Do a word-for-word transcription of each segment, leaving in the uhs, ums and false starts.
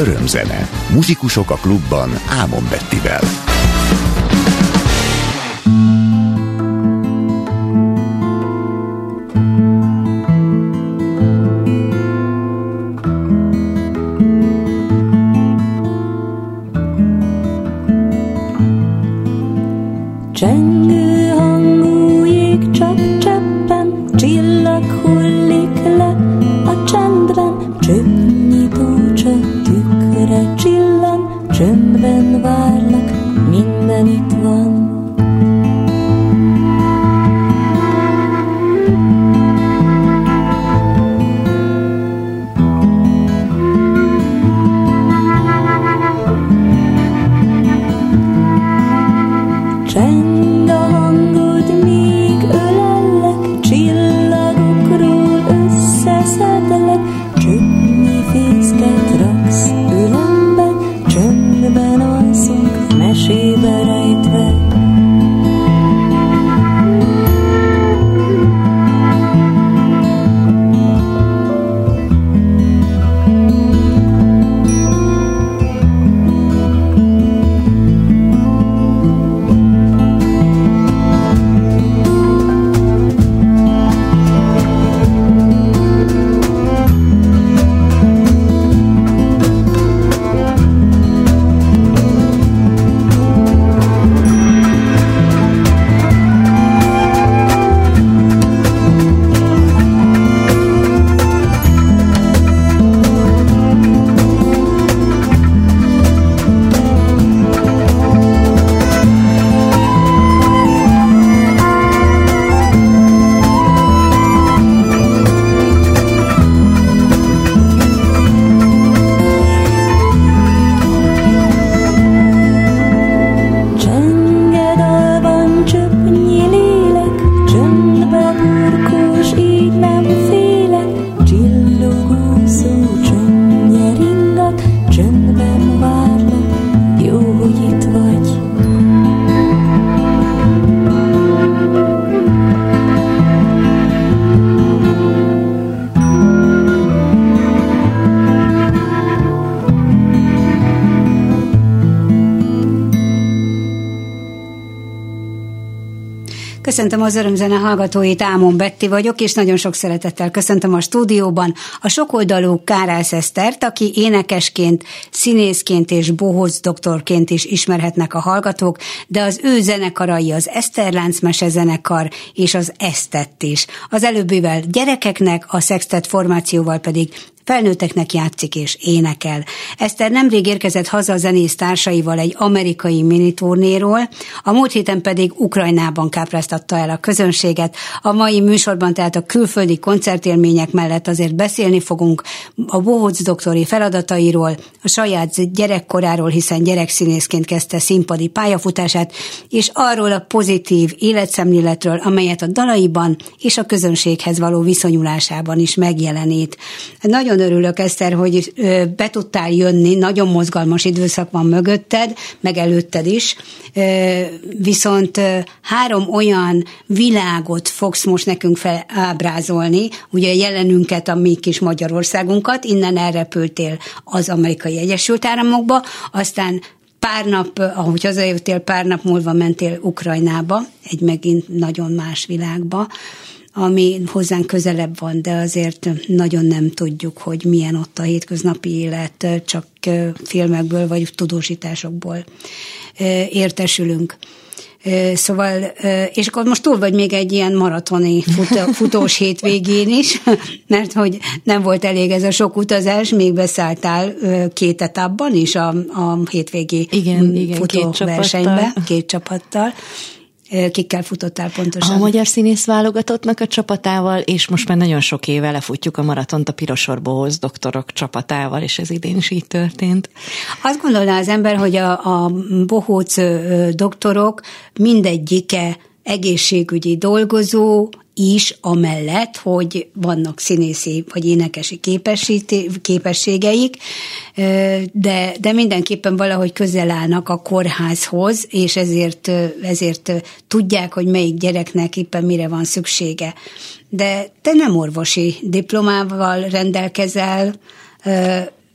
Örömzene. Muzsikusok a klubban Ámon Bettivel. Csengő hangú jégcsap cseppen, csillag hullik le a csendben, csöpnyitó csak tükre csillan, csöndben várlak, minden itt van. Cseng a hangod, míg ölellek, csillagokról összeszedlek, csöpnyi fészket raksz ülembe, csöndben alszunk, mesébe rejtve. Köszöntöm az Örömzene hallgatóit, Ámon Betti vagyok, és nagyon sok szeretettel köszöntöm a stúdióban a sokoldalú Kárász Esztert, aki énekesként, színészként és bohóc doktorként is ismerhetnek a hallgatók, de az ő zenekarai az Eszterlánc mesezenekar és az Esztett is. Az előbbivel gyerekeknek, a Szextett formációval pedig felnőtteknek játszik és énekel. Eszter nemrég érkezett haza a zenész társaival egy amerikai miniturnéról, a múlt héten pedig Ukrajnában kápráztatta el a közönséget. A mai műsorban tehát a külföldi koncertélmények mellett azért beszélni fogunk a bohóc doktori feladatairól, a saját gyerekkoráról, hiszen gyerekszínészként kezdte színpadi pályafutását, és arról a pozitív életszemléletről, amelyet a dalaiban és a közönséghez való viszonyulásában is megjelenít. Nagyon örülök, Eszter, hogy be tudtál jönni, nagyon mozgalmas időszak van mögötted, meg előtted is, viszont három olyan világot fogsz most nekünk felábrázolni, ugye a jelenünket, a mi kis Magyarországunkat, innen elrepültél az Amerikai Egyesült Államokba, aztán pár nap, ahogy hazajöttél, pár nap múlva mentél Ukrajnába, egy megint nagyon más világba, ami hozzánk közelebb van, de azért nagyon nem tudjuk, hogy milyen ott a hétköznapi élet, csak filmekből vagy tudósításokból értesülünk. Szóval, és akkor most túl vagy még egy ilyen maratoni fut, futós hétvégén is, mert hogy nem volt elég ez a sok utazás, még beszálltál két etapban is a, a hétvégi igen, igen, futóversenybe, két, két csapattal. Kikkel futottál pontosan? A Magyar Színész Válogatottnak a csapatával, és most már nagyon sok éve lefutjuk a maratont a Pirosor Bohóc doktorok csapatával, és ez idén is így történt. Azt gondolná az ember, hogy a, a bohóc doktorok mindegyike egészségügyi dolgozó is, amellett, hogy vannak színészi vagy énekesi képességeik, de, de mindenképpen valahogy közel állnak a kórházhoz, és ezért, ezért tudják, hogy melyik gyereknek éppen mire van szüksége. De te nem orvosi diplomával rendelkezel,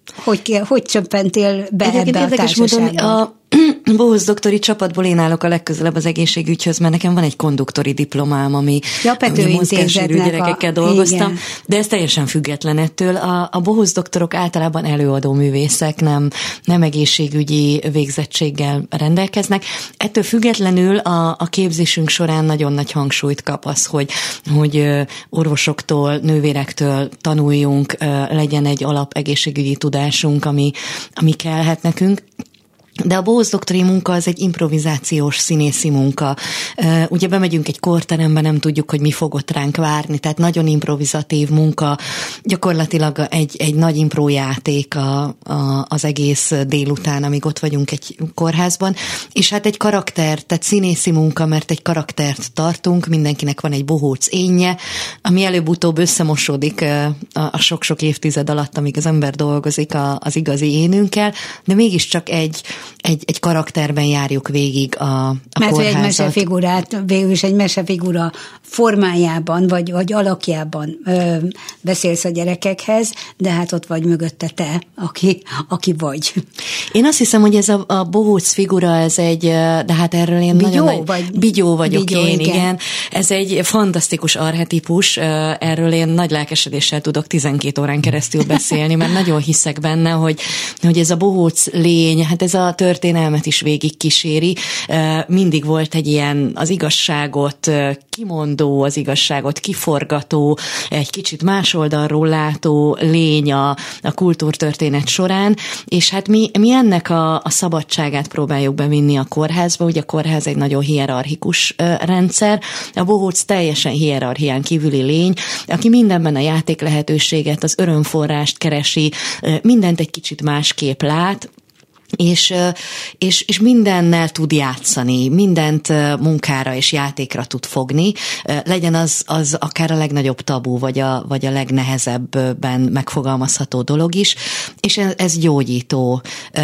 Hogy, hogy csöppentél be Egyébként ebbe a társaságba? A Bohusz doktori csapatból én állok a legközelebb az egészségügyhöz, mert nekem van egy konduktori diplomám, ami, ja, ami mozgássérű gyerekekkel a... dolgoztam, igen. De ez teljesen független ettől. A, a Bohusz doktorok általában előadó művészek, nem, nem egészségügyi végzettséggel rendelkeznek. Ettől függetlenül a, a képzésünk során nagyon nagy hangsúlyt kap az, hogy, hogy orvosoktól, nővérektől tanuljunk, legyen egy alap egészségügyi tudásunk, ami, ami kellhet nekünk. De a Bohusz doktori munka az egy improvizációs színészi munka. Ugye bemegyünk egy korterembe, nem tudjuk, hogy mi fog ott ránk várni, tehát nagyon improvizatív munka, gyakorlatilag egy, egy nagy imprójáték a, a, az egész délután, amíg ott vagyunk egy kórházban, és hát egy karakter, tehát színészi munka, mert egy karaktert tartunk, mindenkinek van egy bohóc énje, ami előbb-utóbb összemosódik a, a sok-sok évtized alatt, amíg az ember dolgozik a, az igazi énünkkel, de mégiscsak egy Egy, egy karakterben járjuk végig a, a Mert kórházat. egy mesefigurát, végül is egy mesefigura formájában, vagy, vagy alakjában ö, beszélsz a gyerekekhez, de hát ott vagy mögötte te, aki, aki vagy. Én azt hiszem, hogy ez a, a bohóc figura, ez egy, de hát erről én Bigyó, nagyon vagy? Nagy, bigyó vagyok Bigyó, én, igen. igen. Ez egy fantasztikus archetípus, erről én nagy lelkesedéssel tudok tizenkét órán keresztül beszélni, mert nagyon hiszek benne, hogy, hogy ez a bohóc lény, hát ez a történelmet is végig kíséri. Mindig volt egy ilyen az igazságot kimondó, az igazságot kiforgató, egy kicsit más oldalról látó lény a, a kultúrtörténet során, és hát mi, mi ennek a, a szabadságát próbáljuk bevinni a kórházba. Ugye a kórház egy nagyon hierarchikus rendszer, a bohóc teljesen hierarchián kívüli lény, aki mindenben a játék lehetőséget, az örömforrást keresi, mindent egy kicsit másképp lát, És, és, és mindennel tud játszani, mindent munkára és játékra tud fogni, legyen az, az akár a legnagyobb tabu, vagy a, vagy a legnehezebben megfogalmazható dolog is, és ez, ez gyógyító.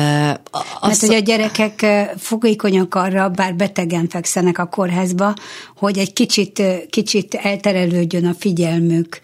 Az... Mert hogy a gyerekek fogékonyak arra, bár betegen fekszenek a kórházba, hogy egy kicsit, kicsit elterelődjön a figyelmük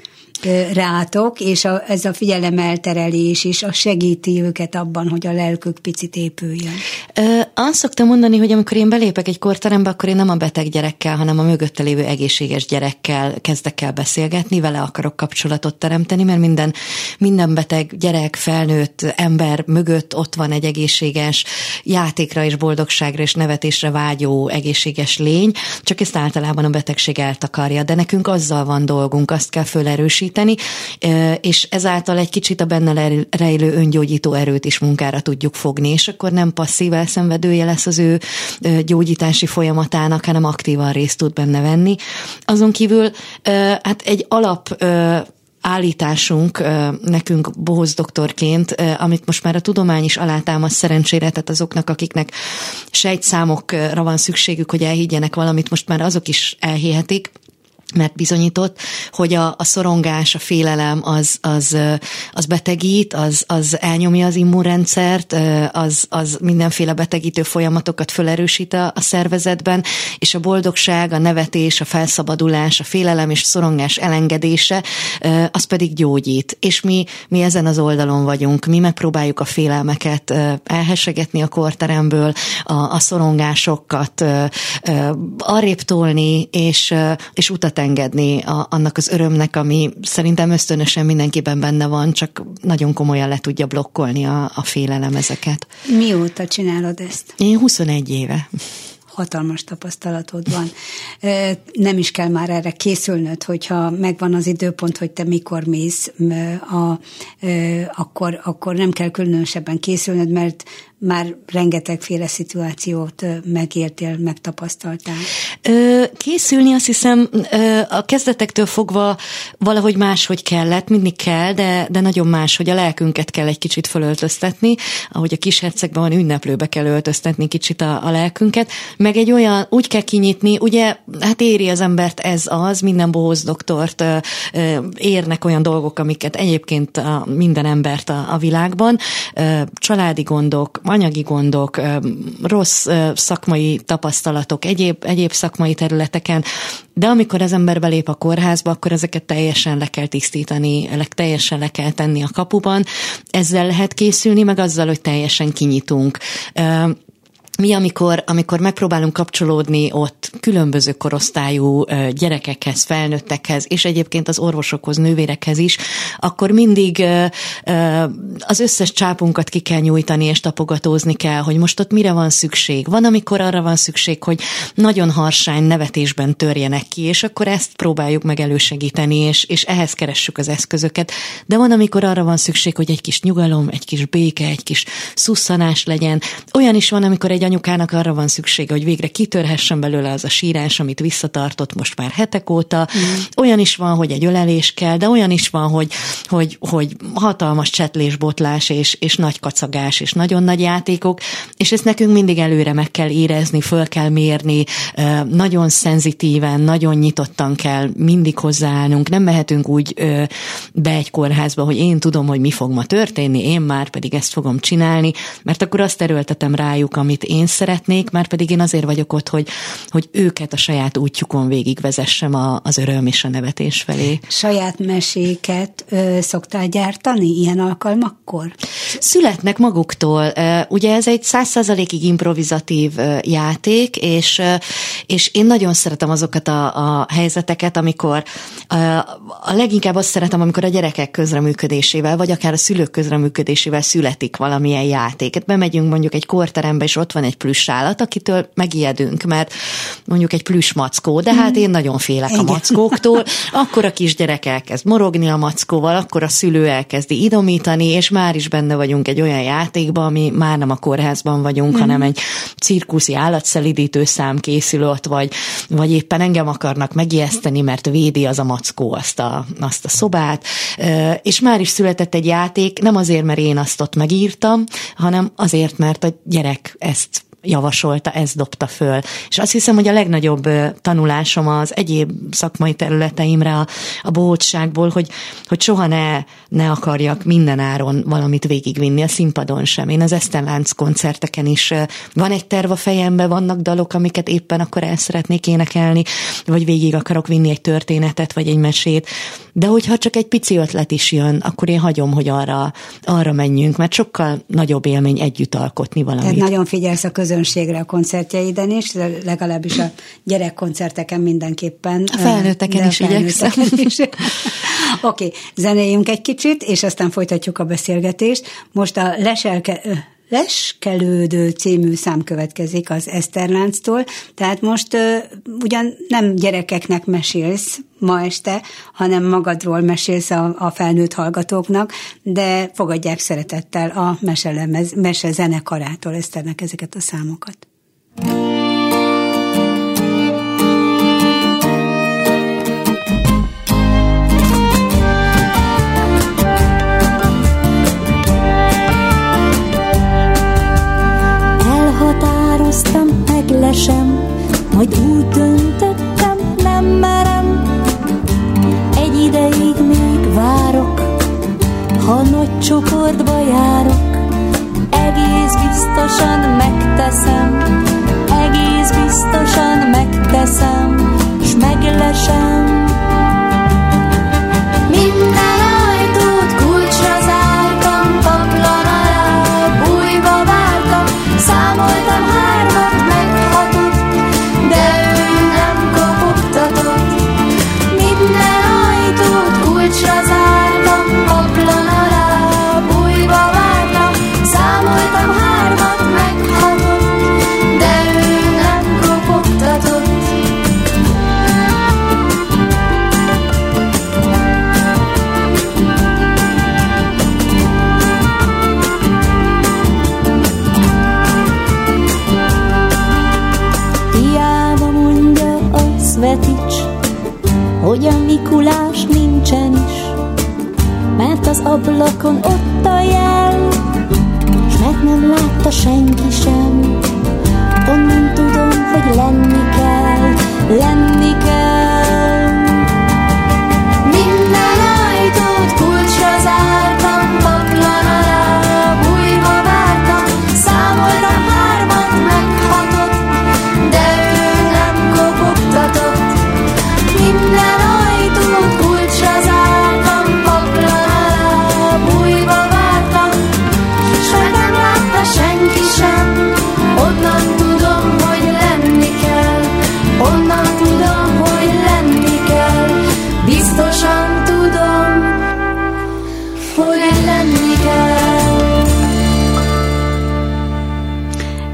rátok, és a, ez a figyelemelterelés is a segíti őket abban, hogy a lelkük picit épüljön. Ö, azt szoktam mondani, hogy amikor én belépek egy kórterembe, akkor én nem a beteg gyerekkel, hanem a mögötte lévő egészséges gyerekkel kezdek el beszélgetni, vele akarok kapcsolatot teremteni, mert minden, minden beteg gyerek, felnőtt ember mögött ott van egy egészséges játékra és boldogságra és nevetésre vágyó egészséges lény, csak ezt általában a betegség eltakarja, de nekünk azzal van dolgunk, azt kell fölerősíteni, és ezáltal egy kicsit a benne rejlő öngyógyító erőt is munkára tudjuk fogni, és akkor nem passzív elszenvedője lesz az ő gyógyítási folyamatának, hanem aktívan részt tud benne venni. Azon kívül hát egy alap állításunk nekünk bohóc doktorként, amit most már a tudomány is alátámaszt szerencsére, tehát azoknak, akiknek sejtszámokra van szükségük, hogy elhiggyenek valamit, most már azok is elhihetik, mert bizonyított, hogy a, a szorongás, a félelem az, az, az betegít, az, az elnyomja az immunrendszert, az, az mindenféle betegítő folyamatokat felerősít a, a szervezetben, és a boldogság, a nevetés, a felszabadulás, a félelem és a szorongás elengedése, az pedig gyógyít. És mi, mi ezen az oldalon vagyunk, mi megpróbáljuk a félelmeket elhessegetni a kórteremből, a, a szorongásokat arrébb tolni, és, és utat engedni a, annak az örömnek, ami szerintem ösztönösen mindenkiben benne van, csak nagyon komolyan le tudja blokkolni a, a félelem ezeket. Mióta csinálod ezt? Én huszonegy éve. Hatalmas tapasztalatod van. Nem is kell már erre készülnöd, hogyha megvan az időpont, hogy te mikor mész, a, akkor, akkor nem kell különösebben készülnöd, mert már rengetegféle szituációt megértél, megtapasztaltál. Készülni azt hiszem a kezdetektől fogva valahogy máshogy kellett, mindig kell, de, de nagyon más, hogy a lelkünket kell egy kicsit fölöltöztetni, ahogy a Kishercegben van, ünneplőbe kell öltöztetni kicsit a, a lelkünket, meg egy olyan, úgy kell kinyitni, ugye, hát éri az embert ez az, minden bohóc doktort érnek olyan dolgok, amiket egyébként a, minden embert a, a világban, családi gondok, anyagi gondok, rossz szakmai tapasztalatok, egyéb, egyéb szakmai területeken, de amikor az ember belép a kórházba, akkor ezeket teljesen le kell tisztítani, teljesen le kell tenni a kapuban. Ezzel lehet készülni, meg azzal, hogy teljesen kinyitunk. Mi, amikor, amikor megpróbálunk kapcsolódni ott különböző korosztályú gyerekekhez, felnőttekhez, és egyébként az orvosokhoz, nővérekhez is, akkor mindig az összes csápunkat ki kell nyújtani, és tapogatózni kell, hogy most ott mire van szükség. Van, amikor arra van szükség, hogy nagyon harsány nevetésben törjenek ki, és akkor ezt próbáljuk meg elősegíteni, és, és ehhez keressük az eszközöket. De van, amikor arra van szükség, hogy egy kis nyugalom, egy kis béke, egy kis szusszanás legyen. Olyan is van, amikor egy anyukának arra van szüksége, hogy végre kitörhessen belőle az a sírás, amit visszatartott most már hetek óta. Mm. Olyan is van, hogy egy ölelés kell, de olyan is van, hogy, hogy, hogy hatalmas csetlésbotlás, és, és nagy kacagás, és nagyon nagy játékok, és ezt nekünk mindig előre meg kell érezni, föl kell mérni, nagyon szenzitíven, nagyon nyitottan kell mindig hozzáállnunk. Nem mehetünk úgy be egy kórházba, hogy én tudom, hogy mi fog ma történni, én már pedig ezt fogom csinálni, mert akkor azt erőltetem rájuk, amit én szeretnék, már pedig én azért vagyok ott, hogy, hogy őket a saját útjukon végigvezessem a, az öröm és a nevetés felé. Saját meséket ö, szoktál gyártani ilyen alkalmakkor? Születnek maguktól. Ugye ez egy száz százalékig improvizatív játék, és, és én nagyon szeretem azokat a, a helyzeteket, amikor a, a leginkább azt szeretem, amikor a gyerekek közreműködésével, vagy akár a szülők közreműködésével születik valamilyen játék. Bemegyünk mondjuk egy kórterembe, és ott van egy plüss állat, akitől megijedünk, mert mondjuk egy plüss mackó, de hát én nagyon félek a mackóktól, akkor a kisgyerek elkezd morogni a mackóval, akkor a szülő elkezdi idomítani, és már is benne vagyunk egy olyan játékban, ami már nem a kórházban vagyunk, mm. hanem egy cirkuszi állatszelidítő szám készül ott, vagy, vagy éppen engem akarnak megijeszteni, mert védi az a mackó azt a, azt a szobát, és már is született egy játék, nem azért, mert én azt ott megírtam, hanem azért, mert a gyerek ezt javasolta, ezt dobta föl. És azt hiszem, hogy a legnagyobb tanulásom az egyéb szakmai területeimre a, a bohótságból, hogy, hogy soha ne, ne akarjak mindenáron valamit végigvinni, a színpadon sem. Én az Eszterlánc koncerteken is van egy terv a fejemben, vannak dalok, amiket éppen akkor el szeretnék énekelni, vagy végig akarok vinni egy történetet, vagy egy mesét. De hogyha csak egy pici ötlet is jön, akkor én hagyom, hogy arra, arra menjünk, mert sokkal nagyobb élmény együtt alkotni valamit. Tehát nagyon figyelsz a közönségre a koncertjeiden is, legalábbis a gyerekkoncerteken mindenképpen. A felnőtteken is igyekszem. Oké, okay, zenéljünk egy kicsit, és aztán folytatjuk a beszélgetést. Most a leselke... Leskelődő című szám következik az Eszterlánctól, tehát most uh, ugyan nem gyerekeknek mesélsz ma este, hanem magadról mesélsz a, a felnőtt hallgatóknak, de fogadják szeretettel a meselemez, mese zenekarától Eszternek ezeket a számokat. Elhatároztam, meglesem, majd úgy döntöttem, nem merem. Egy ideig még várok, ha nagy csoportba járok. Egész biztosan megteszem, egész biztosan megteszem, s meglesem. Minden ajtót kulcsra zártam, paplan alá bújva vártam, számoltam hármat, meg hatot, de ő nem kopogtatott. Minden ajtót kulcsra zártam, paplan alá bújva vártam, számoltam hármat, meg hatot, de ő nem kopogtatott. Hiába mondja a Szvetics, hogy a Mikulás nincsen is, mert az ablakon ott a jel, s mert nem látta senki sem. Onnan tudom, hogy lenni kell, lenni kell. Minden ajtót kulcsra zártam, paplan alá bújva vártam, szám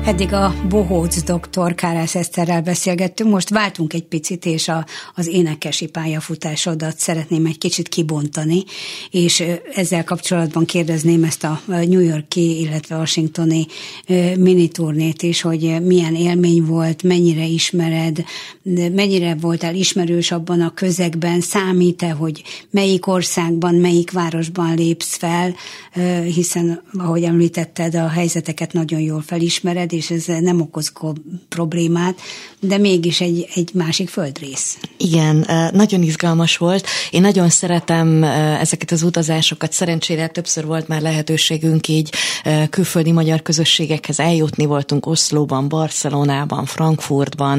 Eddig a bohóc doktor Kárász Eszterrel beszélgettünk, most váltunk egy picit, és a, az énekesi pályafutásodat szeretném egy kicsit kibontani, és ezzel kapcsolatban kérdezném ezt a New York-i, illetve washingtoni miniturnét is, hogy milyen élmény volt, mennyire ismered, mennyire voltál ismerős abban a közegben, számít-e, hogy melyik országban, melyik városban lépsz fel, hiszen, ahogy említetted, a helyzeteket nagyon jól felismered, és ez nem okoz problémát, de mégis egy, egy másik földrész. Igen, nagyon izgalmas volt. Én nagyon szeretem ezeket az utazásokat. Szerencsére többször volt már lehetőségünk így külföldi magyar közösségekhez eljutni. Voltunk Oszlóban, Barcelonában, Frankfurtban,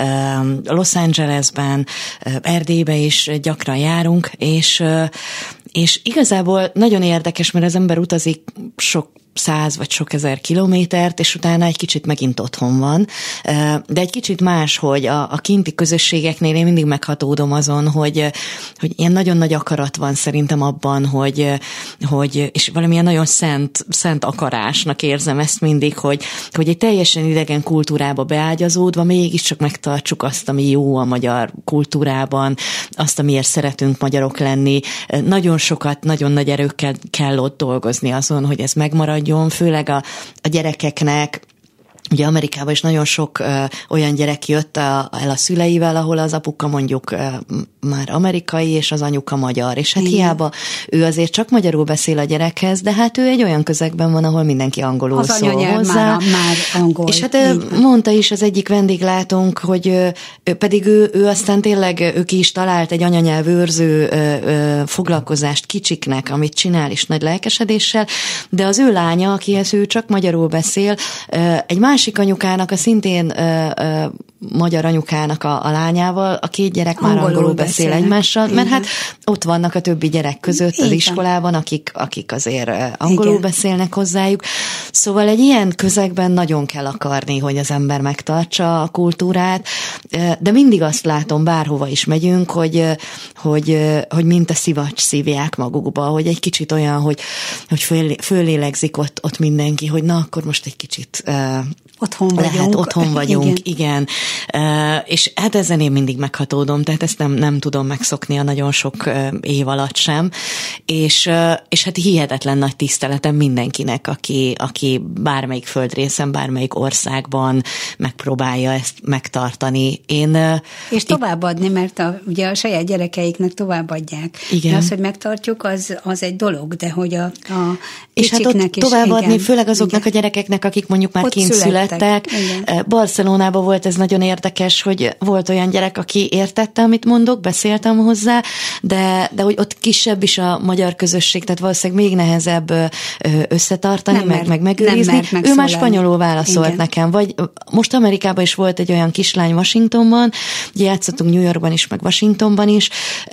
Los Angelesben, Erdélybe is gyakran járunk, és, és igazából nagyon érdekes, mert az ember utazik sok száz vagy sok ezer kilométert, és utána egy kicsit megint otthon van. De egy kicsit más, hogy a, a kinti közösségeknél én mindig meghatódom azon, hogy, hogy ilyen nagyon nagy akarat van szerintem abban, hogy, hogy és valamilyen nagyon szent, szent akarásnak érzem ezt mindig, hogy, hogy egy teljesen idegen kultúrába beágyazódva mégiscsak megtartsuk azt, ami jó a magyar kultúrában, azt, amiért szeretünk magyarok lenni. Nagyon sokat, nagyon nagy erőkkel kell ott dolgozni azon, hogy ez megmaradjon, főleg a, a gyerekeknek. Ugye Amerikában is nagyon sok ö, olyan gyerek jött a, el a szüleivel, ahol az apuka mondjuk ö, már amerikai, és az anyuka magyar, és hát igen, hiába ő azért csak magyarul beszél a gyerekhez, de hát ő egy olyan közegben van, ahol mindenki angolul az szól hozzá. Már, már angol. És hát ö, mondta is az egyik vendéglátónk, hogy ö, pedig ő, ő aztán tényleg, ő ki is talált egy anyanyelvőrző ö, ö, foglalkozást kicsiknek, amit csinál is nagy lelkesedéssel, de az ő lánya, akihez ő csak magyarul beszél, ö, egy más másik anyukának, a szintén ö, ö, magyar anyukának a, a lányával, a két gyerek angolul már angolul beszél beszélnek egymással, mert igen, hát ott vannak a többi gyerek között igen, az iskolában, akik, akik azért angolul igen, beszélnek hozzájuk. Szóval egy ilyen közegben nagyon kell akarni, hogy az ember megtartsa a kultúrát, de mindig azt látom, bárhova is megyünk, hogy, hogy, hogy mint a szivacs szívják magukba, hogy egy kicsit olyan, hogy, hogy föl, fölélegzik ott, ott mindenki, hogy na, akkor most egy kicsit otthon vagyunk. Lehet, otthon vagyunk, igen. igen. Uh, és hát ezen én mindig meghatódom, tehát ezt nem, nem tudom megszokni a nagyon sok uh, év alatt sem. És, uh, és hát hihetetlen nagy tiszteletem mindenkinek, aki, aki bármelyik földrészen, bármelyik országban megpróbálja ezt megtartani. Én, uh, és továbbadni, mert a, ugye a saját gyerekeiknek továbbadják. Igen. De az, hogy megtartjuk, az, az egy dolog, de hogy a, a és hát ott is, továbbadni, igen, főleg azoknak igen, a gyerekeknek, akik mondjuk már ott kint születtek. Igen. Barcelonában volt ez nagyon érdekes, hogy volt olyan gyerek, aki értette, amit mondok, beszéltem hozzá, de, de hogy ott kisebb is a magyar közösség, tehát valószínűleg még nehezebb összetartani, nem meg, mert, meg megőrizni. Ő már spanyolul válaszolt igen, nekem. Vagy most Amerikában is volt egy olyan kislány Washingtonban, ugye játszottunk New Yorkban is, meg Washingtonban is,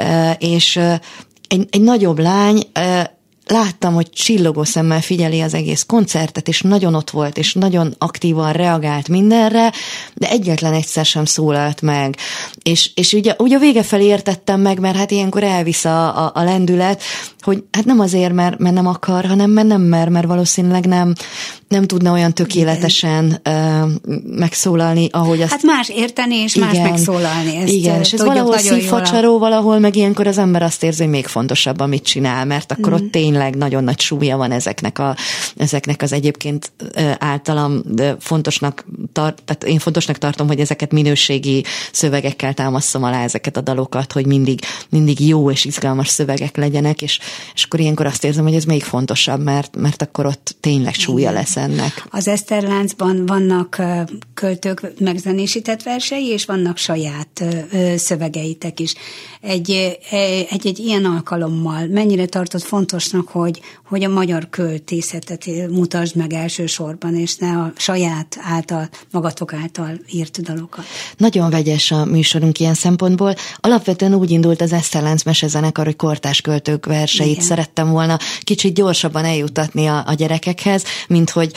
és egy, egy nagyobb lány, láttam, hogy csillogó szemmel figyeli az egész koncertet, és nagyon ott volt, és nagyon aktívan reagált mindenre, de egyetlen egyszer sem szólalt meg. És, és ugye, ugye a vége felé értettem meg, mert hát ilyenkor elvisz a, a, a lendület, hogy hát nem azért, mert, mert nem akar, hanem mert nem mer, mert valószínűleg nem, nem tudna olyan tökéletesen uh, megszólalni, ahogy azt... Hát más érteni, és igen, más megszólalni. Ezt igen, és ez valahol szívfacsaró, valahol meg ilyenkor az ember azt érzi, hogy még fontosabb, amit csinál, mert akkor mm. ott tényleg nagyon nagy súlya van ezeknek, a, ezeknek az egyébként általam fontosnak tart, tehát én fontosnak tartom, hogy ezeket minőségi szövegekkel támasztom alá ezeket a dalokat, hogy mindig, mindig jó és izgalmas szövegek legyenek, és, és akkor ilyenkor azt érzem, hogy ez még fontosabb, mert, mert akkor ott tényleg súlya lesz ennek. Az Eszterláncban vannak költők megzenésített versei, és vannak saját szövegeitek is. Egy, egy, egy ilyen alkalommal mennyire tartott fontosnak, hogy, hogy a magyar költészetet mutasd meg elsősorban, és ne a saját által, magatok által írt dalokat? Nagyon vegyes a műsorunk ilyen szempontból. Alapvetően úgy indult az Eszterlánc mesezenekar, hogy kortárs költők verseit igen, szerettem volna kicsit gyorsabban eljutatni a, a gyerekekhez, mint hogy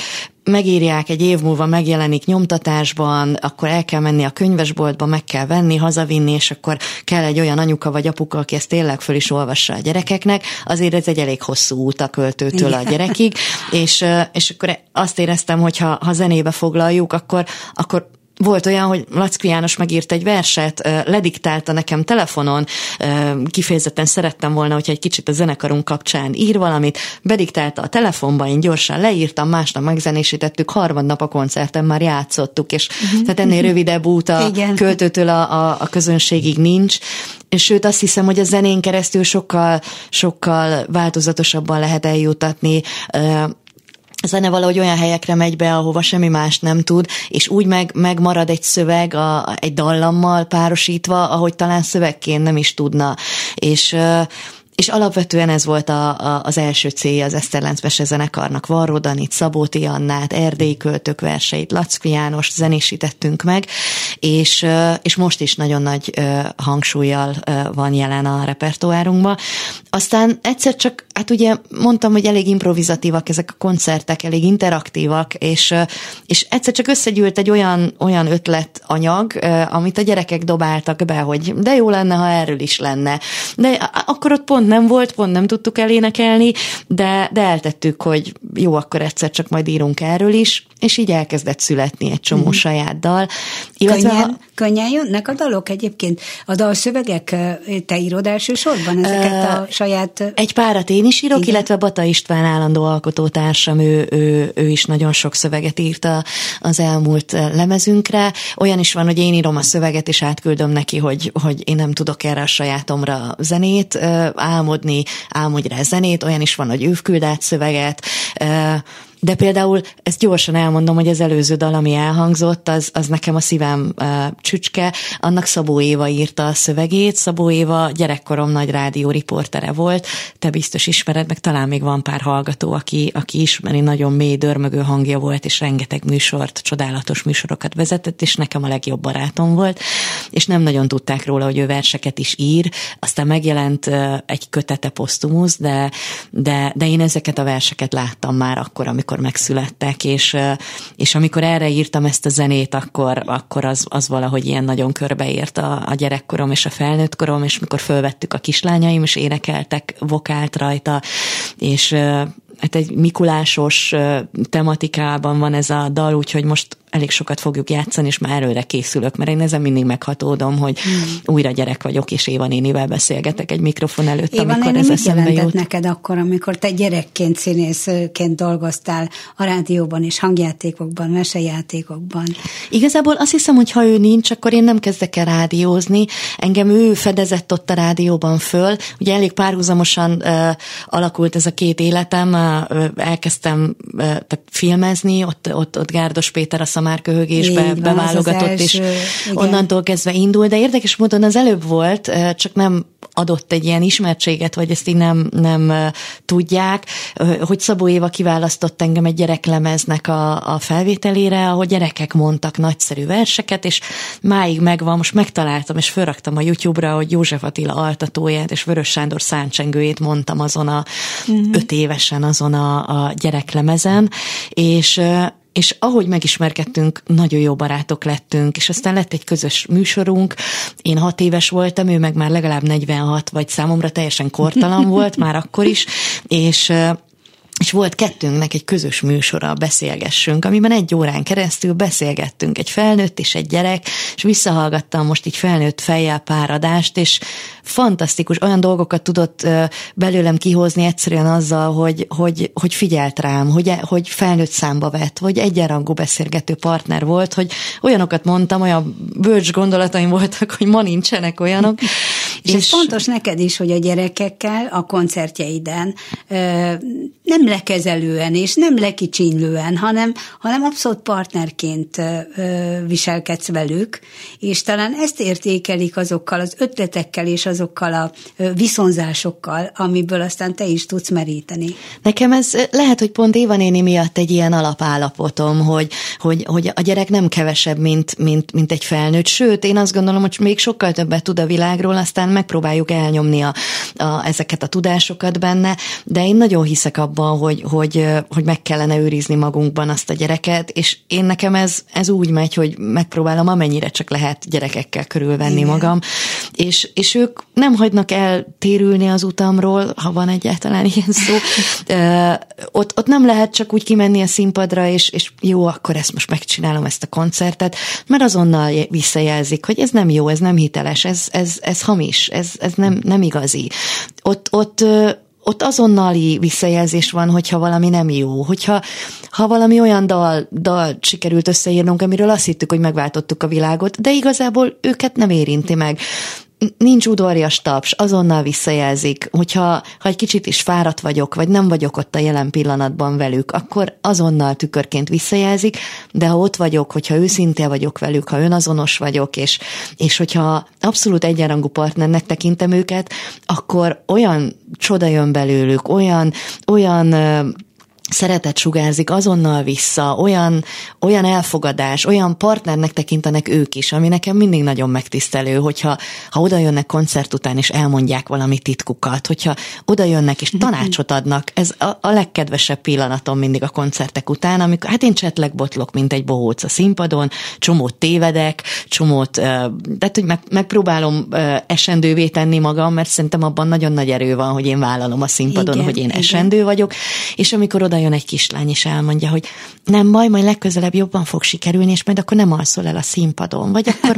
megírják, egy év múlva megjelenik nyomtatásban, akkor el kell menni a könyvesboltba, meg kell venni, hazavinni, és akkor kell egy olyan anyuka vagy apuka, aki ezt tényleg föl is olvassa a gyerekeknek, azért ez egy elég hosszú út a költőtől a gyerekig, és, és akkor azt éreztem, hogy ha, ha zenébe foglaljuk, akkor, akkor volt olyan, hogy Lackfi János megírt egy verset, lediktálta nekem telefonon, kifejezetten szerettem volna, hogyha egy kicsit a zenekarunk kapcsán ír valamit, bediktálta a telefonba, én gyorsan leírtam, másnap megzenésítettük, harmadnap a koncerten már játszottuk, és uh-huh. tehát ennél rövidebb út a Igen. költőtől a, a, a közönségig nincs, és sőt azt hiszem, hogy a zenén keresztül sokkal, sokkal változatosabban lehet eljutatni. A zene valahogy olyan helyekre megy be, ahova semmi más nem tud, és úgy meg, megmarad egy szöveg a, egy dallammal párosítva, ahogy talán szövegként nem is tudna. És És alapvetően ez volt a, a, az első célja az Eszter Lenz mesezenekarnak. Varró Danit, Szabóti Annát, erdélyi költők verseit, Lackfi Jánost zenésítettünk meg, és, és most is nagyon nagy hangsúllyal van jelen a repertoárunkban. Aztán egyszer csak, hát ugye mondtam, hogy elég improvizatívak ezek a koncertek, elég interaktívak, és, és egyszer csak összegyűlt egy olyan, olyan ötletanyag, amit a gyerekek dobáltak be, hogy de jó lenne, ha erről is lenne. De akkor ott pont nem volt, pont nem tudtuk elénekelni, de, de eltettük, hogy jó, akkor egyszer csak majd írunk erről is, és így elkezdett születni egy csomó mm. saját dal. Illetve könnyen, ha... könnyen jönnek a dalok egyébként? A dalszövegek, te írod elsősorban ezeket uh, a saját... Egy párat én is írok, Igen. illetve Bata István állandó alkotótársam, ő, ő, ő is nagyon sok szöveget írta az elmúlt lemezünkre. Olyan is van, hogy én írom a szöveget, és átküldöm neki, hogy, hogy én nem tudok erre a sajátomra zenét álmodni, álmodj rá zenét. Olyan is van, hogy ő küld át szöveget, de például ezt gyorsan elmondom, hogy az előző dal, ami elhangzott, az, az nekem a szívem uh, csücske, annak Szabó Éva írta a szövegét. Szabó Éva gyerekkorom nagy rádió riportere volt, te biztos ismered, meg talán még van pár hallgató, aki, aki ismeri, nagyon mély, dörmögő hangja volt, és rengeteg műsort, csodálatos műsorokat vezetett, és nekem a legjobb barátom volt, és nem nagyon tudták róla, hogy ő verseket is ír, aztán megjelent uh, egy kötete posztumusz, de, de, de én ezeket a verseket láttam már akkor, amikor megszülettek, és, és amikor erre írtam ezt a zenét, akkor, akkor az, az valahogy ilyen nagyon körbeért a, a gyerekkorom és a felnőttkorom, és mikor fölvettük a kislányaim, és énekeltek vokált rajta, és hát egy mikulásos tematikában van ez a dal, úgyhogy most elég sokat fogjuk játszani, és már előre készülök, mert én ezen mindig meghatódom, hogy hmm. újra gyerek vagyok, és Éva nénivel beszélgetek egy mikrofon előtt, Éva amikor néni ez eszembe jut. neked akkor, amikor te gyerekként, színészként dolgoztál a rádióban és hangjátékokban, mesejátékokban? Igazából azt hiszem, hogy ha ő nincs, akkor én nem kezdek el rádiózni. Engem ő fedezett ott a rádióban föl. Ugye elég párhuzamosan uh, alakult ez a két életem. Uh, elkezdtem uh, tehát filmezni, ott, ott, ott Gárdos Péter a Szamárköhögésbe van, beválogatott, első, és igen. onnantól kezdve indul, de érdekes módon az előbb volt, csak nem adott egy ilyen ismertséget, vagy ezt így nem, nem tudják, hogy Szabó Éva kiválasztott engem egy gyereklemeznek a, a felvételére, ahol gyerekek mondtak nagyszerű verseket, és máig megvan, most megtaláltam, és fölraktam a YouTube-ra, hogy József Attila altatóját, és Vörös Sándor száncsengőjét mondtam azon a uh-huh. öt évesen azon a, a gyereklemezen, és és ahogy megismerkedtünk, nagyon jó barátok lettünk, és aztán lett egy közös műsorunk, én hat éves voltam, ő meg már legalább negyvenhat, vagy számomra teljesen kortalan volt, már akkor is, és és volt kettőnknek egy közös műsora, Beszélgessünk, amiben egy órán keresztül beszélgettünk, egy felnőtt és egy gyerek, és visszahallgattam most így felnőtt fejjel pár adást, és fantasztikus, olyan dolgokat tudott belőlem kihozni egyszerűen azzal, hogy, hogy, hogy figyelt rám, hogy, hogy felnőtt számba vett, hogy egyenrangú beszélgető partner volt, hogy olyanokat mondtam, olyan bölcs gondolataim voltak, hogy ma nincsenek olyanok. És, és ez fontos neked is, hogy a gyerekekkel a koncertjeiden ö, nem lekezelően és nem lekicsinlően, hanem, hanem abszolút partnerként ö, viselkedsz velük, és talán ezt értékelik azokkal az ötletekkel és azokkal a viszonzásokkal, amiből aztán te is tudsz meríteni. Nekem ez lehet, hogy pont Éva néni miatt egy ilyen alapállapotom, hogy, hogy, hogy a gyerek nem kevesebb, mint, mint, mint egy felnőtt, sőt, én azt gondolom, hogy még sokkal többet tud a világról, aztán aztán megpróbáljuk elnyomni a, a, ezeket a tudásokat benne, de én nagyon hiszek abban, hogy, hogy, hogy meg kellene őrizni magunkban azt a gyereket, és én nekem ez, ez úgy megy, hogy megpróbálom amennyire csak lehet gyerekekkel körülvenni Igen. magam, és, és ők nem hagynak eltérülni az utamról, ha van egyáltalán ilyen szó. Ö, ott, ott nem lehet csak úgy kimenni a színpadra, és, és jó, akkor ezt most megcsinálom, ezt a koncertet, mert azonnal visszajelzik, hogy ez nem jó, ez nem hiteles, ez, ez, ez hamis, ez, ez nem, nem igazi. Ott, ott ott azonnali visszajelzés van, hogyha valami nem jó, hogyha ha valami olyan dal, dal sikerült összeírnunk, amiről azt hittük, hogy megváltottuk a világot, de igazából őket nem érinti meg. Nincs udvarias taps, azonnal visszajelzik, hogyha ha egy kicsit is fáradt vagyok, vagy nem vagyok ott a jelen pillanatban velük, akkor azonnal tükörként visszajelzik, de ha ott vagyok, hogyha őszinte vagyok velük, ha önazonos vagyok, és, és hogyha abszolút egyenrangú partnernek tekintem őket, akkor olyan csoda jön belőlük, olyan, olyan szeretet sugárzik azonnal vissza, olyan, olyan elfogadás, olyan partnernek tekintenek ők is, ami nekem mindig nagyon megtisztelő, hogyha ha oda jönnek koncert után, és elmondják valami titkukat, hogyha oda jönnek és tanácsot adnak, ez a, a legkedvesebb pillanatom mindig a koncertek után, amikor hát én csetlegbotlok, mint egy bohóc a színpadon, csomót tévedek, csomót, tehát hogy meg, megpróbálom esendővé tenni magam, mert szerintem abban nagyon nagy erő van, hogy én vállalom a színpadon, igen, hogy én igen. esendő vagyok, és amikor oda jön egy kislány, és elmondja, hogy nem baj, majd legközelebb jobban fog sikerülni, és majd akkor nem alszol el a színpadon, vagy akkor...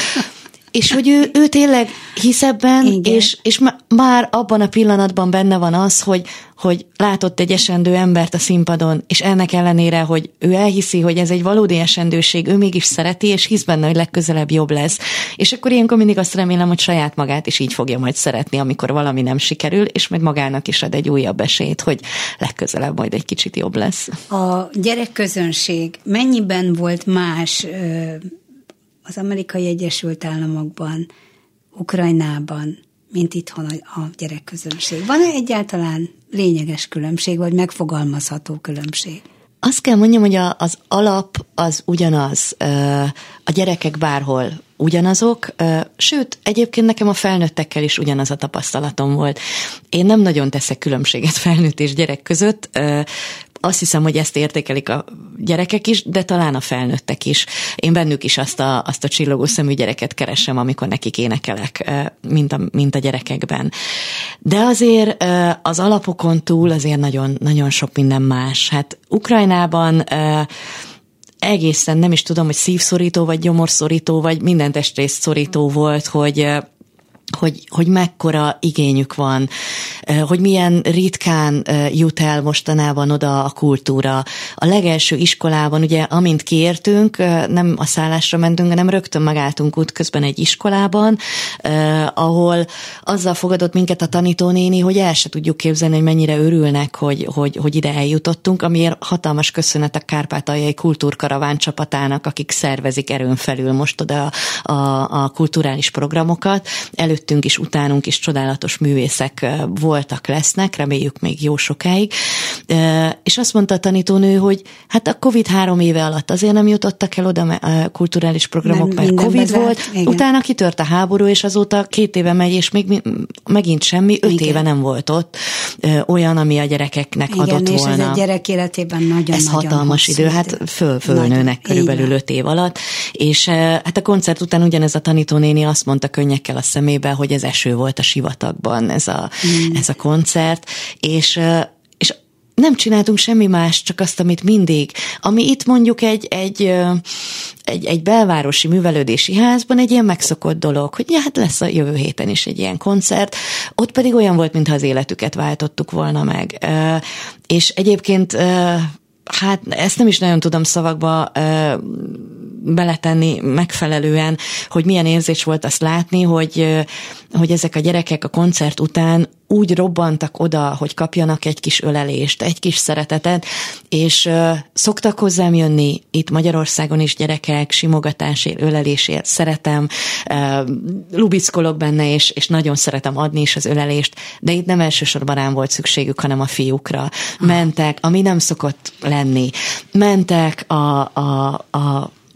És hogy ő, ő tényleg hisz ebben, és, és már abban a pillanatban benne van az, hogy, hogy látott egy esendő embert a színpadon, és ennek ellenére, hogy ő elhiszi, hogy ez egy valódi esendőség, ő mégis szereti, és hisz benne, hogy legközelebb jobb lesz. És akkor ilyenkor mindig azt remélem, hogy saját magát is így fogja majd szeretni, amikor valami nem sikerül, és majd magának is ad egy újabb esélyt, hogy legközelebb majd egy kicsit jobb lesz. A gyerekközönség mennyiben volt más az Amerikai Egyesült Államokban, Ukrajnában, mint itthon a gyerekközönség? Van-e egyáltalán lényeges különbség, vagy megfogalmazható különbség? Azt kell mondjam, hogy a, az alap az ugyanaz. A gyerekek bárhol ugyanazok, sőt, egyébként nekem a felnőttekkel is ugyanaz a tapasztalatom volt. Én nem nagyon teszek különbséget felnőtt és gyerek között. Azt hiszem, hogy ezt értékelik a gyerekek is, de talán a felnőttek is. Én bennük is azt a, azt a csillogó szemű gyereket keresem, amikor nekik énekelek, mint a, mint a gyerekekben. De azért az alapokon túl azért nagyon, nagyon sok minden más. Hát Ukrajnában egészen nem is tudom, hogy szívszorító, vagy gyomorszorító, vagy minden testrészt szorító volt, hogy hogy, hogy mekkora igényük van, hogy milyen ritkán jut el mostanában oda a kultúra. A legelső iskolában, ugye, amint kiértünk, nem a szállásra mentünk, hanem rögtön megálltunk útközben egy iskolában, ahol azzal fogadott minket a tanítónéni, hogy el se tudjuk képzelni, hogy mennyire örülnek, hogy, hogy, hogy ide eljutottunk, amiért hatalmas köszönet a Kárpátaljai Kultúrkaraván csapatának, akik szervezik erőn felül most oda a, a, a kulturális programokat. Előtt előttünk is, utánunk is csodálatos művészek voltak, lesznek, reméljük még jó sokáig. És azt mondta a tanítónő, hogy hát a Covid három éve alatt azért nem jutottak el oda a kulturális programok, mert Covid bezárt, volt, igen. Utána kitört a háború, és azóta két éve megy, és még megint semmi, öt igen. éve nem volt ott olyan, ami a gyerekeknek igen, adott és volna. Igen, és ez egy gyerek életében nagyon-nagyon Ez hatalmas idő, hát föl, fölnőnek körülbelül öt év alatt, és hát a koncert után ugyanez a tanítónéni azt mondta könnyekkel a szemébe, hogy ez eső volt a sivatagban, ez a, hmm. ez a koncert, és és nem csináltunk semmi más, csak azt, amit mindig. Ami itt mondjuk egy, egy, egy, egy belvárosi művelődési házban egy ilyen megszokott dolog, hogy ja, hát lesz a jövő héten is egy ilyen koncert, ott pedig olyan volt, mintha az életüket váltottuk volna meg. És egyébként hát ezt nem is nagyon tudom szavakba ö, beletenni megfelelően, hogy milyen érzés volt azt látni, hogy, ö, hogy ezek a gyerekek a koncert után úgy robbantak oda, hogy kapjanak egy kis ölelést, egy kis szeretetet, és ö, szoktak hozzám jönni itt Magyarországon is gyerekek, simogatásért, ölelésért, szeretem, ö, lubickolok benne, és, és nagyon szeretem adni is az ölelést, de itt nem elsősorban rám volt szükségük, hanem a fiúkra. Mentek, ami nem szokott lenni. Mentek a, a, a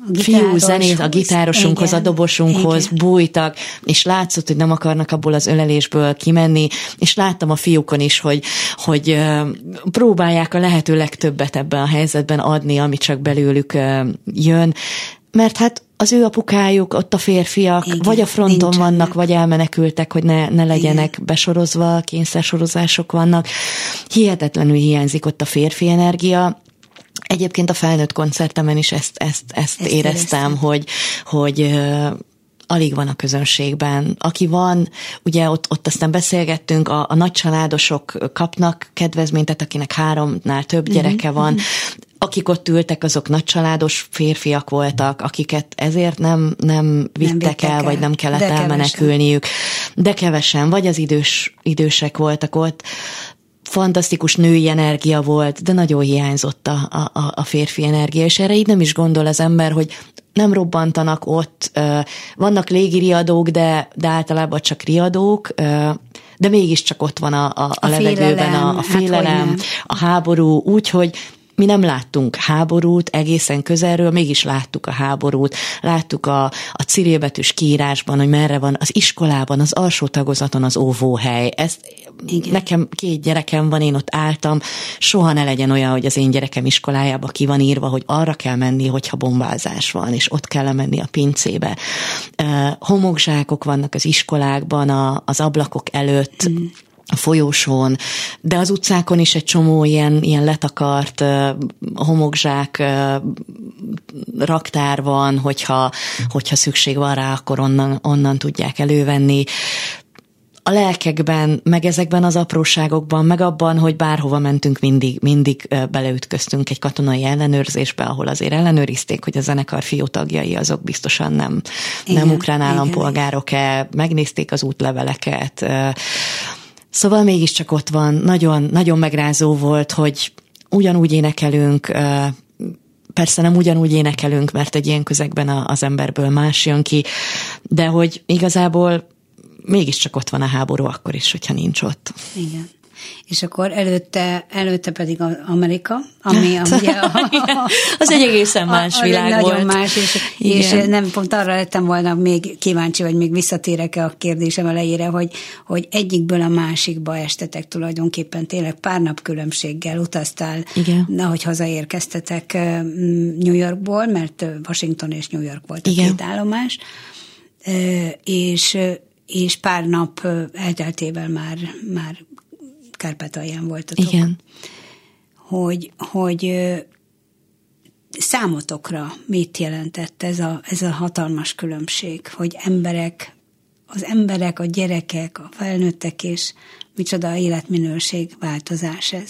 fiú zenét, a gitárosunkhoz, igen, a dobosunkhoz igen. bújtak, és látszott, hogy nem akarnak abból az ölelésből kimenni, és láttam a fiúkon is, hogy, hogy próbálják a lehető legtöbbet ebben a helyzetben adni, ami csak belőlük jön, mert hát az ő apukájuk, ott a férfiak, igen, vagy a fronton vannak, meg. vagy elmenekültek, hogy ne, ne legyenek igen. besorozva, kényszersorozások vannak. Hihetetlenül hiányzik ott a férfi energia. Egyébként a felnőtt koncertemen is ezt, ezt, ezt, ezt éreztem, éreztem, hogy, hogy uh, alig van a közönségben. Aki van, ugye ott, ott aztán beszélgettünk, a, a nagycsaládosok kapnak kedvezményt, tehát akinek háromnál több gyereke van, mm-hmm. akik ott ültek, azok nagycsaládos férfiak voltak, akiket ezért nem, nem vittek, nem vittek el, el, vagy nem kellett de elmenekülniük. Kevesen. De kevesen, vagy az idős, idősek voltak ott. Fantasztikus női energia volt, de nagyon hiányzott a, a, a férfi energia, és erre így nem is gondol az ember, hogy nem robbantanak ott, vannak légiriadók, de, de általában csak riadók, de mégiscsak ott van a, a, a, a levegőben félelem, a, a félelem, hát a háború, úgyhogy mi nem láttunk háborút egészen közelről, mégis láttuk a háborút, láttuk a, a cirélbetűs kiírásban, hogy merre van az iskolában, az alsó tagozaton az óvóhely. Ezt igen. Nekem két gyerekem van, én ott álltam, soha ne legyen olyan, hogy az én gyerekem iskolájába ki van írva, hogy arra kell menni, hogyha bombázás van, és ott kell menni a pincébe. Uh, homokzsákok vannak az iskolákban, a, az ablakok előtt, mm. a folyósón, de az utcákon is egy csomó ilyen, ilyen letakart uh, homokzsák uh, raktár van, hogyha, hogyha szükség van rá, akkor onnan, onnan tudják elővenni. A lelkekben, meg ezekben az apróságokban, meg abban, hogy bárhova mentünk, mindig, mindig beleütköztünk egy katonai ellenőrzésbe, ahol azért ellenőrizték, hogy a zenekar fiútagjai azok biztosan nem, igen, nem ukrán állampolgárok-e, megnézték az útleveleket. Szóval mégiscsak ott van, nagyon, nagyon megrázó volt, hogy ugyanúgy énekelünk, persze nem ugyanúgy énekelünk, mert egy ilyen közegben az emberből más jön ki, de hogy igazából mégiscsak ott van a háború akkor is, hogyha nincs ott. Igen. És akkor előtte, előtte pedig az Amerika, ami hát, ugye a, a, az egy egészen más a, a világ nagyon volt. Nagyon más, és, és nem pont arra lettem volna még kíváncsi, vagy még visszatérek a kérdésem elejére, hogy, hogy egyikből a másikba estetek tulajdonképpen tényleg pár nap különbséggel utaztál, igen. ahogy hazaérkeztetek New Yorkból, mert Washington és New York volt a igen. két állomás, és, és pár nap elteltével már, már Kárpátalján voltatok. Igen. Hogy, hogy számotokra mit jelentett ez a, ez a hatalmas különbség, hogy emberek, az emberek, a gyerekek, a felnőttek, és micsoda életminőség változás ez?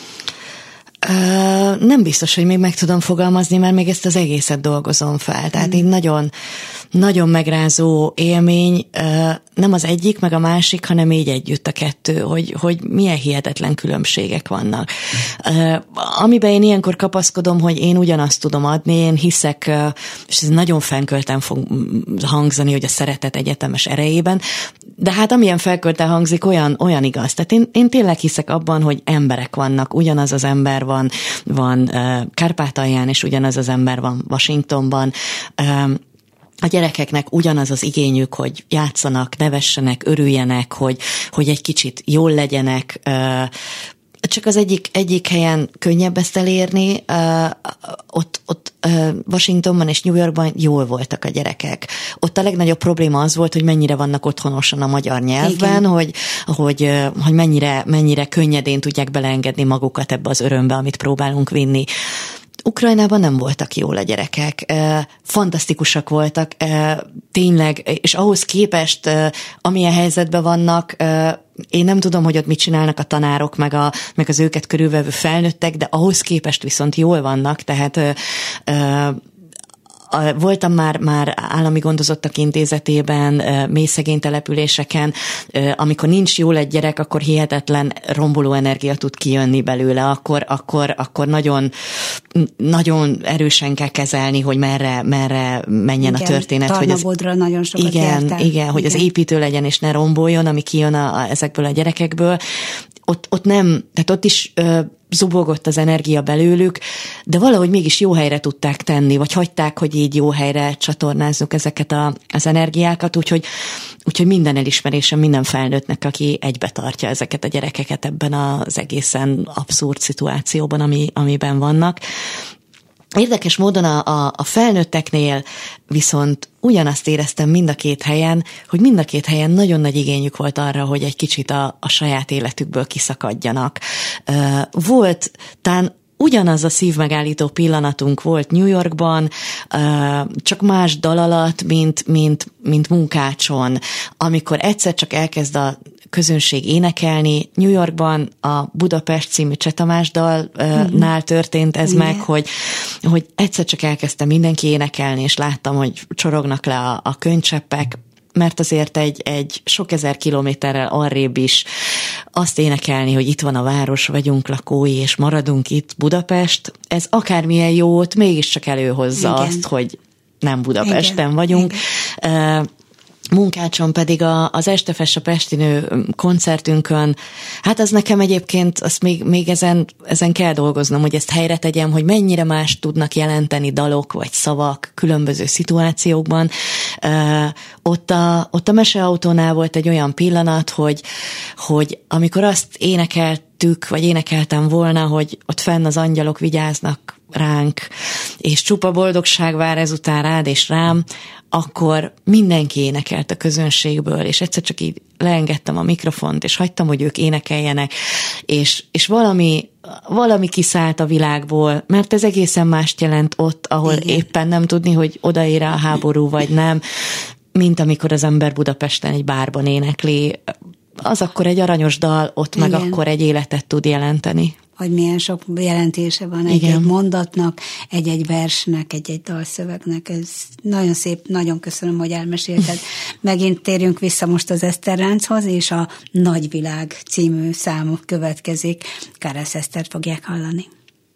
Uh, nem biztos, hogy még meg tudom fogalmazni, mert még ezt az egészet dolgozom fel. Tehát mm. így nagyon, nagyon megrázó élmény, uh, nem az egyik, meg a másik, hanem így együtt a kettő, hogy, hogy milyen hihetetlen különbségek vannak. Uh, amiben én ilyenkor kapaszkodom, hogy én ugyanazt tudom adni, én hiszek, uh, és ez nagyon fenkölten fog hangzani, hogy a szeretet egyetemes erejében, de hát amilyen felkölten hangzik, olyan, olyan igaz. Tehát én, én tényleg hiszek abban, hogy emberek vannak, ugyanaz az ember van, van uh, Kárpátalján, és ugyanaz az ember van Washingtonban. Um, a gyerekeknek ugyanaz az igényük, hogy játszanak, nevessenek, örüljenek, hogy, hogy egy kicsit jól legyenek. Uh, csak az egyik, egyik helyen könnyebb ezt elérni, uh, ott, ott uh, Washingtonban és New Yorkban jól voltak a gyerekek. Ott a legnagyobb probléma az volt, hogy mennyire vannak otthonosan a magyar nyelvben, hogy, hogy, uh, hogy mennyire, mennyire könnyedén tudják beleengedni magukat ebbe az örömbe, amit próbálunk vinni. Ukrajnában nem voltak jól a gyerekek, fantasztikusak voltak, tényleg, és ahhoz képest, amilyen helyzetben vannak, én nem tudom, hogy ott mit csinálnak a tanárok, meg, a, meg az őket körülvevő felnőttek, de ahhoz képest viszont jól vannak, tehát voltam már, már állami gondozottak intézetében, mélyszegény településeken, amikor nincs jól egy gyerek, akkor hihetetlen romboló energia tud kijönni belőle, akkor, akkor, akkor nagyon, nagyon erősen kell kezelni, hogy merre, merre menjen igen, a történet. Tarnabodra hogy az, nagyon sokat igen, jártál. Igen, hogy igen. az építő legyen és ne romboljon, ami kijön a, a, ezekből a gyerekekből. Ott, ott nem, tehát ott is ö, zubogott az energia belőlük, de valahogy mégis jó helyre tudták tenni, vagy hagyták, hogy így jó helyre csatornázzuk ezeket a, az energiákat, úgyhogy, úgyhogy minden elismerésem minden felnőttnek, aki egybe tartja ezeket a gyerekeket ebben az egészen abszurd szituációban, ami, amiben vannak. Érdekes módon a, a, a felnőtteknél viszont ugyanazt éreztem mind a két helyen, hogy mind a két helyen nagyon nagy igényük volt arra, hogy egy kicsit a, a saját életükből kiszakadjanak. Volt tán ugyanaz a szívmegállító pillanatunk volt New Yorkban, csak más dal alatt, mint, mint, mint Munkácson, amikor egyszer csak elkezd a közönség énekelni. New Yorkban a Budapest című Cseh Tamás dalnál történt ez igen. meg, hogy, hogy egyszer csak elkezdtem mindenki énekelni, és láttam, hogy csorognak le a, a könycseppek, mert azért egy, egy sok ezer kilométerrel arrébb is azt énekelni, hogy itt van a város, vagyunk lakói, és maradunk itt Budapest, ez akármilyen jót, mégiscsak előhozza igen. azt, hogy nem Budapesten igen. vagyunk. Igen. Munkácson pedig a, az Estefes a Pestinő koncertünkön, hát az nekem egyébként, azt még, még ezen, ezen kell dolgoznom, hogy ezt helyre tegyem, hogy mennyire más tudnak jelenteni dalok vagy szavak különböző szituációkban. Uh, ott, a, ott a Meseautónál volt egy olyan pillanat, hogy, hogy amikor azt énekeltük, vagy énekeltem volna, hogy ott fenn az angyalok vigyáznak ránk, és csupa boldogság vár ezután rád és rám, akkor mindenki énekelt a közönségből, és egyszer csak így leengedtem a mikrofont, és hagytam, hogy ők énekeljenek, és, és valami, valami kiszállt a világból, mert ez egészen mást jelent ott, ahol igen. éppen nem tudni, hogy odaér a háború, vagy nem, mint amikor az ember Budapesten egy bárban énekli. Az akkor egy aranyos dal, ott igen. meg akkor egy életet tud jelenteni. Hogy milyen sok jelentése van egy-egy mondatnak, egy-egy versnek, egy-egy dalszövegnek. Ez nagyon szép, nagyon köszönöm, hogy elmesélted. Megint térjünk vissza most az Eszterlánchoz, és a Nagyvilág című számok következik. Kárász Esztert fogják hallani.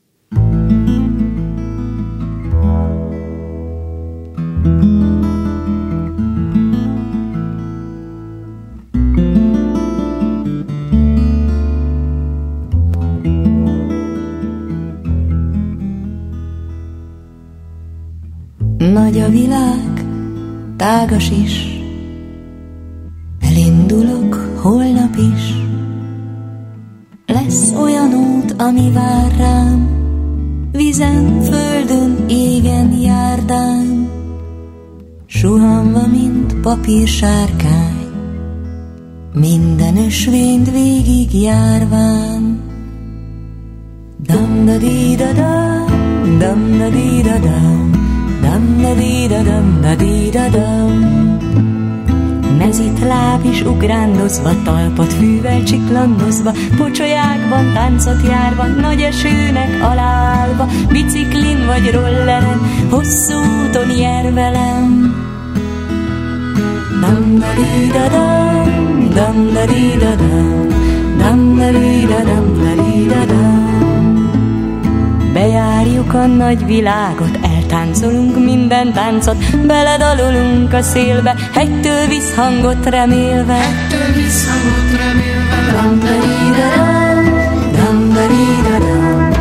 Nagy a világ, tágas is, elindulok holnap is. Lesz olyan út, ami vár rám, vízen, földön, égen, járdán, suhanva, mint papírsárkány, minden ösvényt végig járván. Dam-da-di-da-da, dam-da-di-da-da, dam-da-di-da-dam-da-di-da-dam. Mezit láb is ugrándozva, talpat fűvel csiklandozva, pocsolyákban, táncot járva, nagy esőnek alállva, biciklin vagy rolleren, hosszú úton jár velem. Dam-da-di-da-dam, dam-da-di-da-dam, dam-da-di-da-dam-da-di-da-dam. Bejárjuk a nagy világot, eltáncolunk minden táncot, beledalolunk a szélbe, hegytől visszhangot remélve. Hegytől visszhangot remélve. Dam-da-di-da-dam, dam-da-di-da-dam,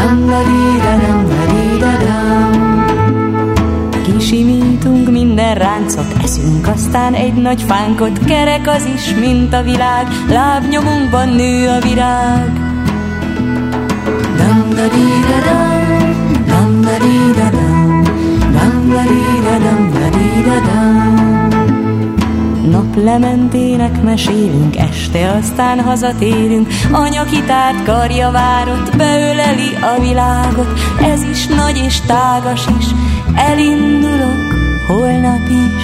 dam-da-di-da-dam-da-di-da-dam. Kisimítunk minden ráncot, eszünk aztán egy nagy fánkot, kerek az is, mint a világ, lábnyomunkban nő a virág. Dam-da-di-da-dam, dam-da-di-da-dam, dam-da-di-da-dam-da-di-da-dam. Naplementének mesélünk, este aztán hazatérünk, anya kitárt karja várott, beöleli a világot, ez is nagy és tágas is, elindulok holnap is.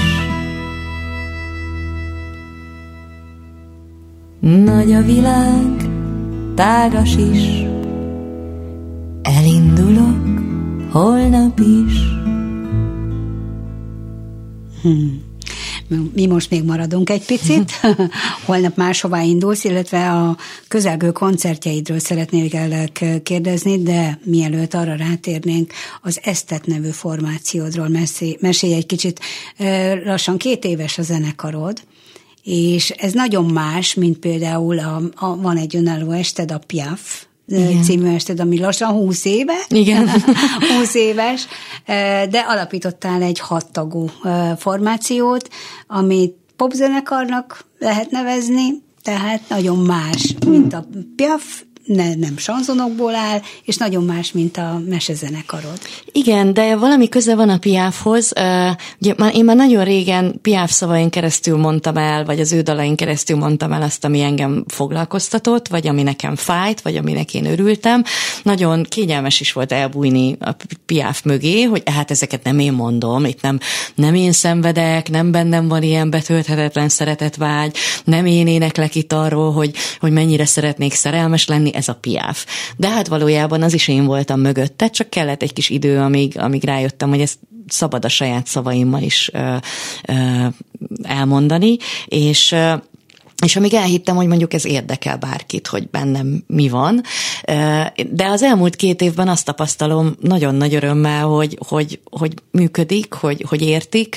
Nagy a világ, tágas is, elindulok holnap is. Hmm. Mi most még maradunk egy picit. Holnap máshová indulsz, illetve a közelgő koncertjeidről szeretnék el kérdezni, de mielőtt arra rátérnénk, az Esztet nevű formációdról mesélj, mesélj egy kicsit. Lassan két éves a zenekarod, és ez nagyon más, mint például a, a, van egy önálló ested, a Piaf Igen. című ested, ami lassan húsz éve. Igen. húsz éves, de alapítottál egy hattagú formációt, amit popzenekarnak lehet nevezni, tehát nagyon más, mint a Piaf, ne, nem sanzonokból áll, és nagyon más, mint a mesezenekarod. Igen, de valami köze van a Piafhoz. Ugye én már nagyon régen Piaf szavain keresztül mondtam el, vagy az ő dalain keresztül mondtam el azt, ami engem foglalkoztatott, vagy ami nekem fájt, vagy aminek én örültem. Nagyon kényelmes is volt elbújni a Piaf mögé, hogy hát ezeket nem én mondom, itt nem, nem én szenvedek, nem bennem van ilyen betölthetetlen szeretetvágy, nem én éneklek itt arról, hogy, hogy mennyire szeretnék szerelmes lenni, ez a Piaf. De hát valójában az is én voltam mögötte, csak kellett egy kis idő, amíg, amíg rájöttem, hogy ezt szabad a saját szavaimmal is ö, ö, elmondani, és ö, és amíg elhittem, hogy mondjuk ez érdekel bárkit, hogy bennem mi van, de az elmúlt két évben azt tapasztalom nagyon nagy örömmel, hogy, hogy, hogy működik, hogy, hogy értik,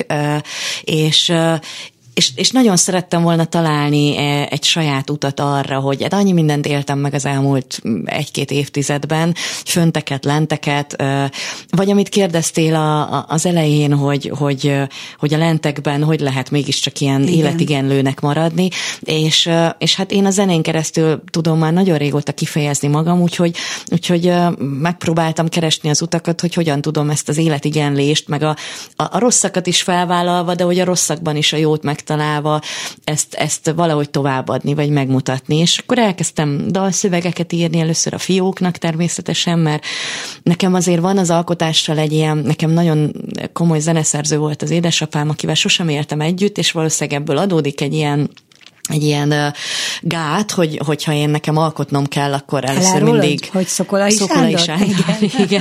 és És, és nagyon szerettem volna találni egy saját utat arra, hogy hát annyi mindent éltem meg az elmúlt egy-két évtizedben, fönteket, lenteket, vagy amit kérdeztél a, a, az elején, hogy, hogy, hogy a lentekben hogy lehet mégiscsak ilyen Igen. életigenlőnek maradni, és, és hát én a zenén keresztül tudom már nagyon régóta kifejezni magam, úgyhogy, úgyhogy megpróbáltam keresni az utakat, hogy hogyan tudom ezt az életigenlést, meg a, a, a rosszakat is felvállalva, de hogy a rosszakban is a jót meg találva ezt, ezt valahogy továbbadni, vagy megmutatni. És akkor elkezdtem dalszövegeket írni, először a fióknak természetesen, mert nekem azért van az alkotással egy ilyen, nekem nagyon komoly zeneszerző volt az édesapám, akivel sosem éltem együtt, és valószínűleg ebből adódik egy ilyen egy ilyen uh, gát, hogy, hogyha én nekem alkotnom kell, akkor először Elárulod, mindig... hogy Szokolai Szokolai Sándor? Sándor, igen.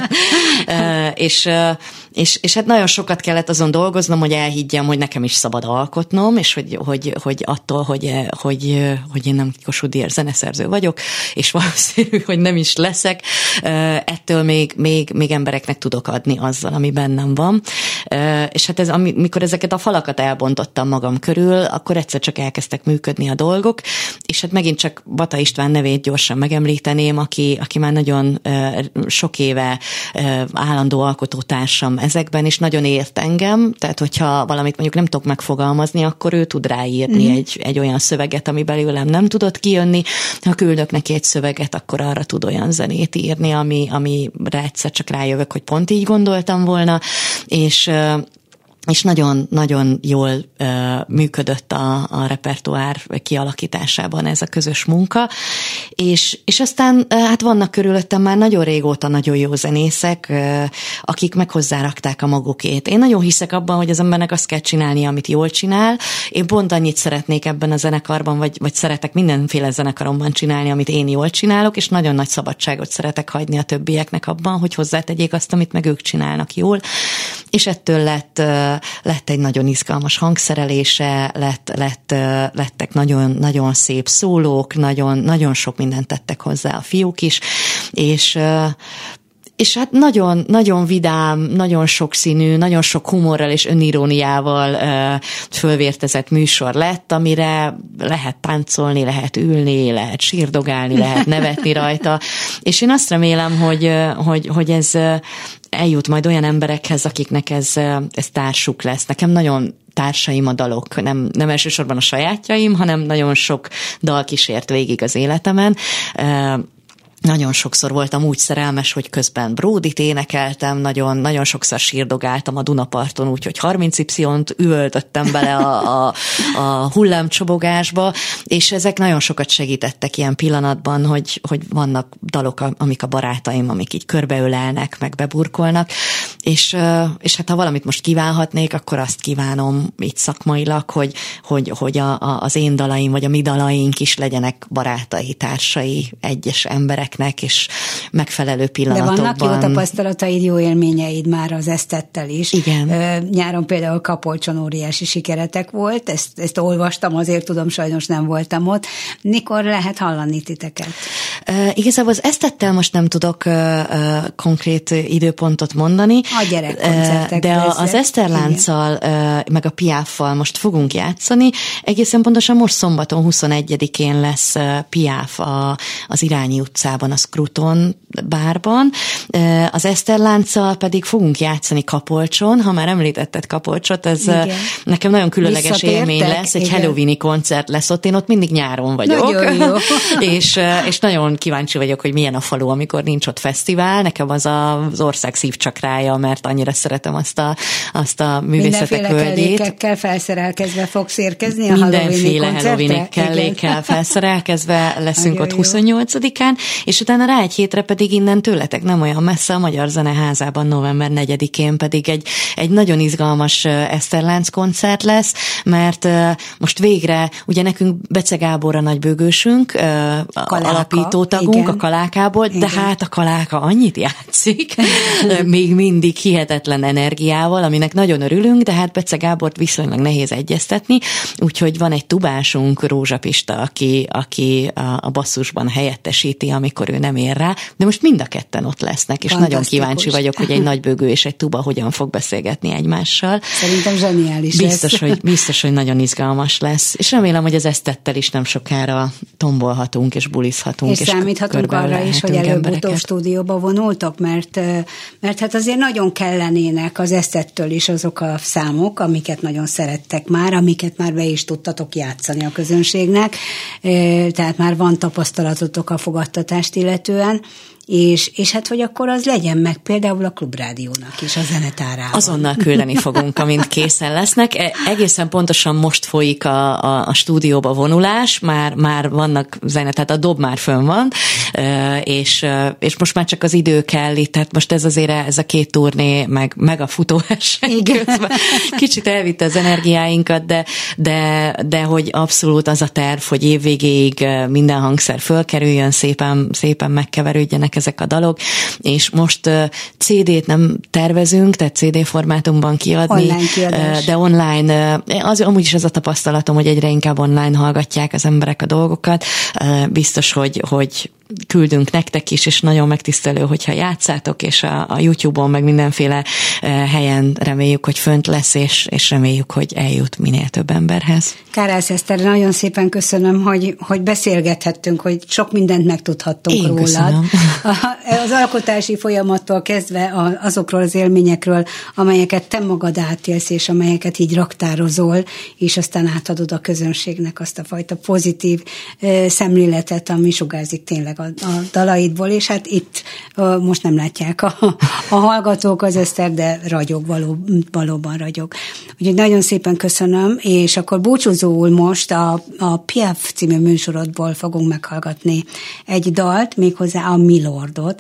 uh, és, uh, és, és hát nagyon sokat kellett azon dolgoznom, hogy elhiggyem, hogy nekem is szabad alkotnom, és hogy, hogy, hogy attól, hogy, hogy, hogy én nem Kossuth Díjas zeneszerző vagyok, és valószínű, hogy nem is leszek, uh, ettől még, még, még embereknek tudok adni azzal, ami bennem van. Uh, és hát ez, amikor ezeket a falakat elbontottam magam körül, akkor egyszer csak elkezdtek működni a dolgok, és hát megint csak Bata István nevét gyorsan megemlíteném, aki, aki már nagyon uh, sok éve uh, állandó alkotótársam ezekben, és nagyon ért engem, tehát hogyha valamit mondjuk nem tudok megfogalmazni, akkor ő tud ráírni mm. egy, egy olyan szöveget, ami belőlem nem tudott kijönni. Ha küldök neki egy szöveget, akkor arra tud olyan zenét írni, ami, amire egyszer csak rájövök, hogy pont így gondoltam volna, és uh, és nagyon-nagyon jól uh, működött a, a repertoár kialakításában ez a közös munka, és, és aztán uh, hát vannak körülöttem már nagyon régóta nagyon jó zenészek, uh, akik meg hozzárakták a magukét. Én nagyon hiszek abban, hogy az embernek azt kell csinálni, amit jól csinál. Én pont annyit szeretnék ebben a zenekarban, vagy, vagy szeretek mindenféle zenekaromban csinálni, amit én jól csinálok, és nagyon nagy szabadságot szeretek hagyni a többieknek abban, hogy hozzátegyék azt, amit meg ők csinálnak jól. És ettől lett uh, lett egy nagyon izgalmas hangszerelése, lett, lett, lettek nagyon, nagyon szép szólók, nagyon, nagyon sok mindent tettek hozzá a fiúk is, és és hát nagyon, nagyon vidám, nagyon sokszínű, nagyon sok humorral és öniróniával uh, fölvértezett műsor lett, amire lehet táncolni, lehet ülni, lehet sírdogálni, lehet nevetni rajta, és én azt remélem, hogy, hogy, hogy ez eljut majd olyan emberekhez, akiknek ez, ez társuk lesz. Nekem nagyon társaim a dalok, nem, nem elsősorban a sajátjaim, hanem nagyon sok dal kísért végig az életemen. Nagyon sokszor voltam úgy szerelmes, hogy közben Bródit énekeltem, nagyon, nagyon sokszor sírdogáltam a Dunaparton, úgyhogy harminc ipszilont üvöltöttem bele a, a, a hullámcsobogásba, és ezek nagyon sokat segítettek ilyen pillanatban, hogy, hogy vannak dalok, amik a barátaim, amik így körbeölelnek, meg beburkolnak, és, és hát ha valamit most kívánhatnék, akkor azt kívánom így szakmailag, hogy, hogy, hogy a, a, az én dalaim, vagy a mi dalaink is legyenek barátai, társai egyes emberek, és megfelelő pillanatokban. De vannak jó tapasztalataid, jó élményeid már az Esztettel is. Igen. Nyáron például Kapolcson óriási sikeretek volt, ezt, ezt olvastam, azért tudom, sajnos nem voltam ott. Mikor lehet hallani titeket? Uh, igazából az Esztettel most nem tudok uh, uh, konkrét időpontot mondani. A gyerekkoncertek. De a, az Eszterlánccal, meg a Piaffal most fogunk játszani. Egészen pontosan most szombaton huszonegyedikén lesz Piaf a, az Irányi utcában, a Scruton bárban. Az Eszterlánccal pedig fogunk játszani Kapolcson. Ha már említetted Kapolcsot, ez igen. nekem nagyon különleges élmény lesz. Egy igen. Halloweeni koncert lesz ott. Én ott mindig nyáron vagyok. Nagyon jó. és, és nagyon kíváncsi vagyok, hogy milyen a falu, amikor nincs ott fesztivál. Nekem az a, az ország szívcsakrája, mert annyira szeretem azt a, azt a művészetek völgyét. Mindenféle kellékekkel felszerelkezve fogsz érkezni a Mindenféle Halloweeni kellékkel felszerelkezve leszünk nagyon ott huszonnyolcadikán, és utána rá egy hétre pedig innen tőletek nem olyan messze a Magyar Zeneházában november negyedikén pedig egy, egy nagyon izgalmas Eszterlánc koncert lesz, mert most végre, ugye nekünk Bece Gábor a nagybőgősünk, Kaláka, alapítótagunk igen. a Kalákából, igen. de hát a Kaláka annyit játszik, még mindig hihetetlen energiával, aminek nagyon örülünk, de hát Bece Gábort viszonylag nehéz egyeztetni, úgyhogy van egy tubásunk, Rózsa Pista, aki, aki a, a basszusban helyettesíti, amikor ő nem ér rá, de most mind a ketten ott lesznek, és nagyon kíváncsi vagyok, hogy egy nagybőgő és egy tuba hogyan fog beszélgetni egymással. Szerintem zseniális biztos, lesz. hogy, biztos, hogy nagyon izgalmas lesz, és remélem, hogy az Esztettel is nem sokára tombolhatunk, és bulizhatunk. És, és számíthatunk arra is, hogy előbb-utóbb stúdióba vonultok, mert, mert hát azért nagyon kellenének az Esztettől is azok a számok, amiket nagyon szerettek már, amiket már be is tudtatok játszani a közönségnek, tehát már van tapasztalatotok a fogadtatást illetően, És, és hát, hogy akkor az legyen meg például a Klubrádiónak is a zenetárában. Azonnal küldeni fogunk, amint készen lesznek. Egészen pontosan most folyik a, a, a stúdióba vonulás, már, már vannak zene, tehát a dob már fönn van, és, és most már csak az idő kell itt, tehát most ez azért ez a két turné, meg, meg a futóverseny közben kicsit elvitte az energiáinkat, de, de, de hogy abszolút az a terv, hogy évvégéig minden hangszer fölkerüljön, szépen, szépen megkeverődjenek ezek a dalok, és most uh, cé dét nem tervezünk, tehát cé dé formátumban kiadni, online kiadás. de online, uh, az, amúgy is az a tapasztalatom, hogy egyre inkább online hallgatják az emberek a dolgokat, uh, biztos, hogy, hogy küldünk nektek is, és nagyon megtisztelő, hogyha játszátok, és a, a YouTube-on meg mindenféle uh, helyen reméljük, hogy fönt lesz, és, és reméljük, hogy eljut minél több emberhez. Kárász Eszter, nagyon szépen köszönöm, hogy, hogy beszélgethettünk, hogy sok mindent megtudhattunk Én rólad. Köszönöm. Az alkotási folyamattól kezdve azokról az élményekről, amelyeket te magad átélsz, és amelyeket így raktározol, és aztán átadod a közönségnek azt a fajta pozitív szemléletet, ami sugárzik tényleg a, a dalaidból, és hát itt most nem látják a, a hallgatók az Eszter, de ragyog, való, valóban ragyog. Úgyhogy nagyon szépen köszönöm, és akkor búcsúzóul most a, a Piaf című műsorodból fogunk meghallgatni egy dalt, méghozzá a Milordot.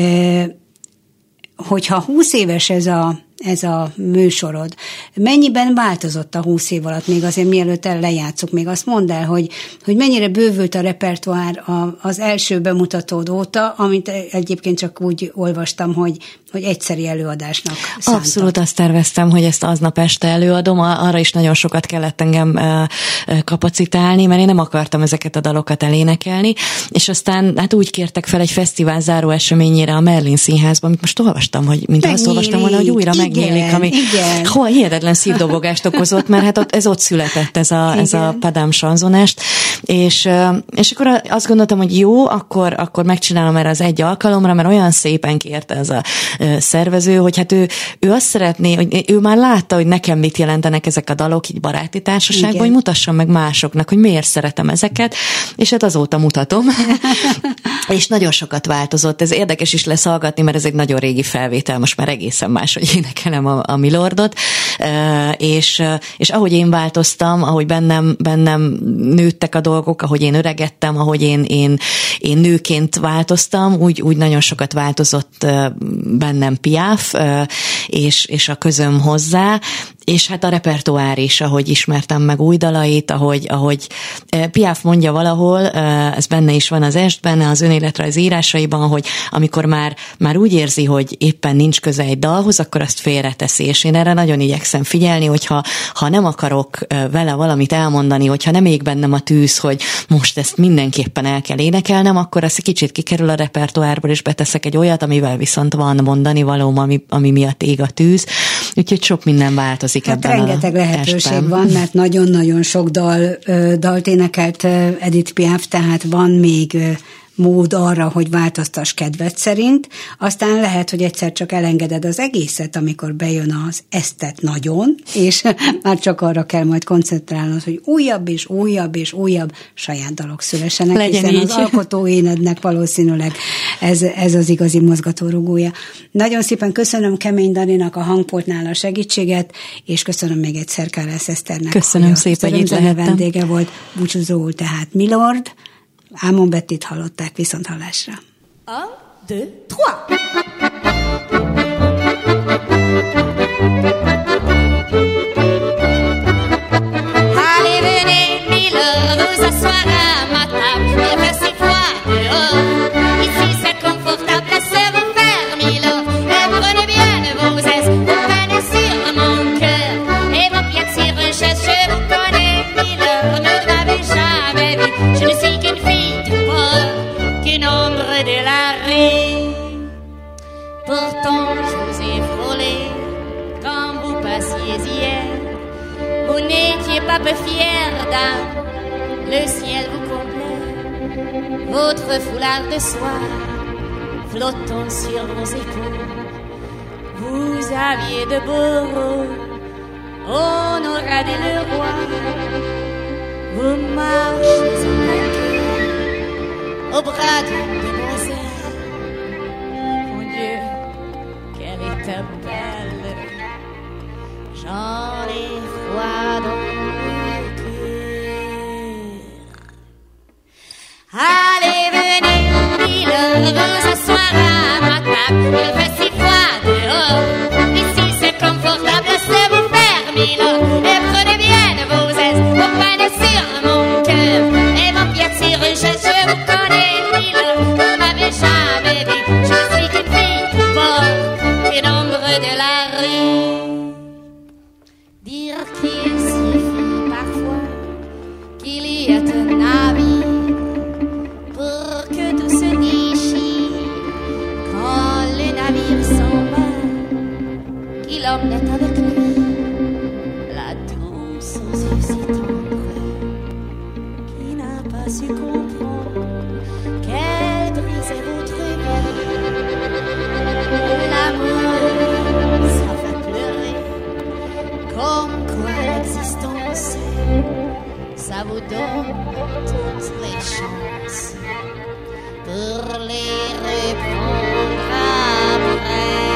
Hogyha húsz éves ez a, ez a műsorod, mennyiben változott a húsz év alatt, még azért mielőtt el lejátszuk, még azt mondd el, hogy, hogy mennyire bővült a repertoár az első bemutatód óta, amit egyébként csak úgy olvastam, hogy, hogy egyszeri előadásnak szántam. Abszolút azt terveztem, hogy ezt aznap este előadom, arra is nagyon sokat kellett engem kapacitálni, mert én nem akartam ezeket a dalokat elénekelni, és aztán hát úgy kértek fel egy fesztivál záró eseményére a Merlin Színházban, amit most olvastam, hogy mint azt olvastam volna, hogy újra megnyílik, ami hol hihetetlen szívdobogást okozott, mert hát ott, ez ott született, ez a, ez a Padám Sanzonest, és, és akkor azt gondoltam, hogy jó, akkor, akkor megcsinálom erre az egy alkalomra, mert olyan szépen kérte ez a szervező, hogy hát ő, ő azt szeretné, hogy ő már látta, hogy nekem mit jelentenek ezek a dalok így baráti társaságban, igen. hogy mutassam meg másoknak, hogy miért szeretem ezeket, és hát azóta mutatom. És nagyon sokat változott. Ez érdekes is lesz hallgatni, mert ez egy nagyon régi felvétel, most már egészen más, hogy énekelem a, a Milordot, és, és ahogy én változtam, ahogy bennem, bennem nőttek a dolgok, ahogy én öregettem, ahogy én, én, én nőként változtam, úgy, úgy nagyon sokat változott bennem Piaf, és, és a közöm hozzá, és hát a repertoár is, ahogy ismertem meg új dalait, ahogy, ahogy Piaf mondja valahol, ez benne is van az estben, az önéletrajz írásaiban, hogy amikor már, már úgy érzi, hogy éppen nincs köze egy dalhoz, akkor azt félreteszi, és én erre nagyon igyekszem figyelni, hogyha ha nem akarok vele valamit elmondani, hogyha nem ég bennem a tűz, hogy most ezt mindenképpen el kell énekelnem, akkor az kicsit kikerül a repertoárból, és beteszek egy olyat, amivel viszont van mondani valóm, ami, ami miatt ég a tűz. Úgyhogy sok minden változik hát ebben rengeteg a lehetőség estben. van, mert nagyon-nagyon sok dal, dalt énekelt Edith Piaf, tehát van még mód arra, hogy változtass kedved szerint, aztán lehet, hogy egyszer csak elengeded az egészet, amikor bejön az esztet nagyon, és már csak arra kell majd koncentrálnod, hogy újabb és újabb és újabb saját dalok szülessenek, Legyen hiszen így. az alkotó énednek valószínűleg ez, ez az igazi mozgatórugója. Nagyon szépen köszönöm Kemény Daninak a hangpultnál a segítséget, és köszönöm még egyszer Kárász Eszternek. Köszönöm szépen, hogy itt lehettem. Vendége volt, búcsúzóul tehát Milord. Ámon Bettit hallották, viszont hallásra. Un, deux, trois. Allez, venez, Milord, vous asseoir à ma table. Il fait si froid dehors. Ici, c'est confortable, laissez-vous faire, Milord. Et prenez bien vos aises, vos peines sur mon cœur. Et vos pieds sur une chaise, je vous connais, Milord. Ne m'avez jamais vu, je ne suis qu'une fille de pauvre, qu'une ombre de la rue. Pourtant, je vous ai frôlé quand vous passiez hier. Vous n'étiez pas peu fière, dame, le ciel vous comblait. Votre foulard de soie flottant sur vos épaules. Vous aviez de beaux rôles, honorade le roi. Vous marchez en vainqueur au bras d'une demoiselle. Mon Dieu, qu'elle était belle. J'en ai froid dans le cœur. Allez, venez, Milord, vous asseoir à ma table. Il fait si froid dehors. Ici, c'est confortable, laissez-vous faire, Milord. Et prenez bien vos aises, vos peines sur mon cœur. Et vos pieds sur une chaise, je vous connais, Milord. Vous m'avez jamais vu, je suis qu'une fille pauvre, une ombre de la rue. Dire qu'il suffit parfois qu'il y ait un navire pour que tout se déchire quand le navire s'en va, qu'il emmenait avec lui la douce aux yeux si tendres, qui n'a pas su comprendre qu'elle brisait votre vie. L'amour, ça fait pleurer, comme quoi l'existence, ça vous donne toutes les chances pour les reprendre après.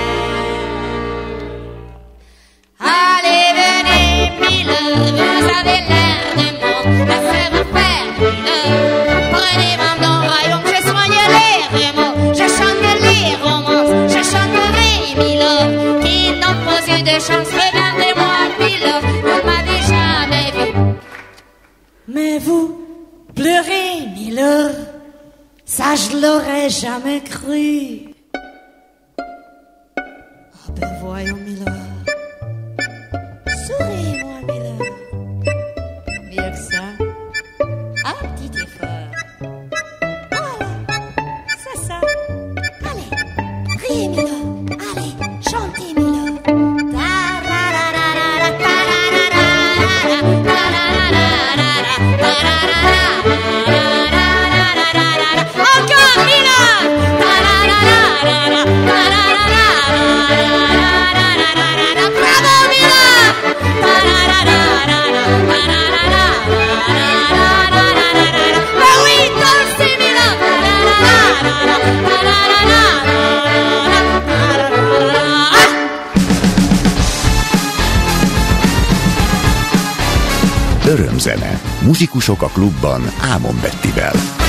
Allez, venez, Milord, vous avez l'air de monde, laissez-vous faire, Milord. Prenez mon nom royaume, je soigne les remords, je chante les romances, je chanterai, Milord, qui n'ont pas eu de chance. Regardez-moi, Milord, vous m'avez jamais vu. Mais vous pleurez, Milord, ça je l'aurais jamais cru. Ah ben voyons, Milord, souriez-moi, Milord. Mieux que ça, un petit effort. Voilà, c'est ça. Allez, riez, Milord, allez, chantez, Milord. Ta-ra-ra-ra-ra-ra, ta-ra-ra-ra-ra-ra, ta-ra-ra-ra-ra-ra, ta-ra-ra-ra-ra-ra-ra-ra-ra-ra-ra. Encore, Milord. Ta-ra-ra-ra-ra-ra, ta-ra-ra-ra-ra-ra-ra-ra-ra-ra-ra. Bravo, Milord. Ta-ra-ra-ra-ra-ra, ta-ra-ra-ra-ra-ra-ra-ra-ra-ra. Mais oui, dansez, Milord. Ta-ra-ra-ra-ra-ra, ta-ra-ra-ra-ra-ra-ra-ra-ra. Örömzene. Muzsikusok a klubban Ámon Bettivel.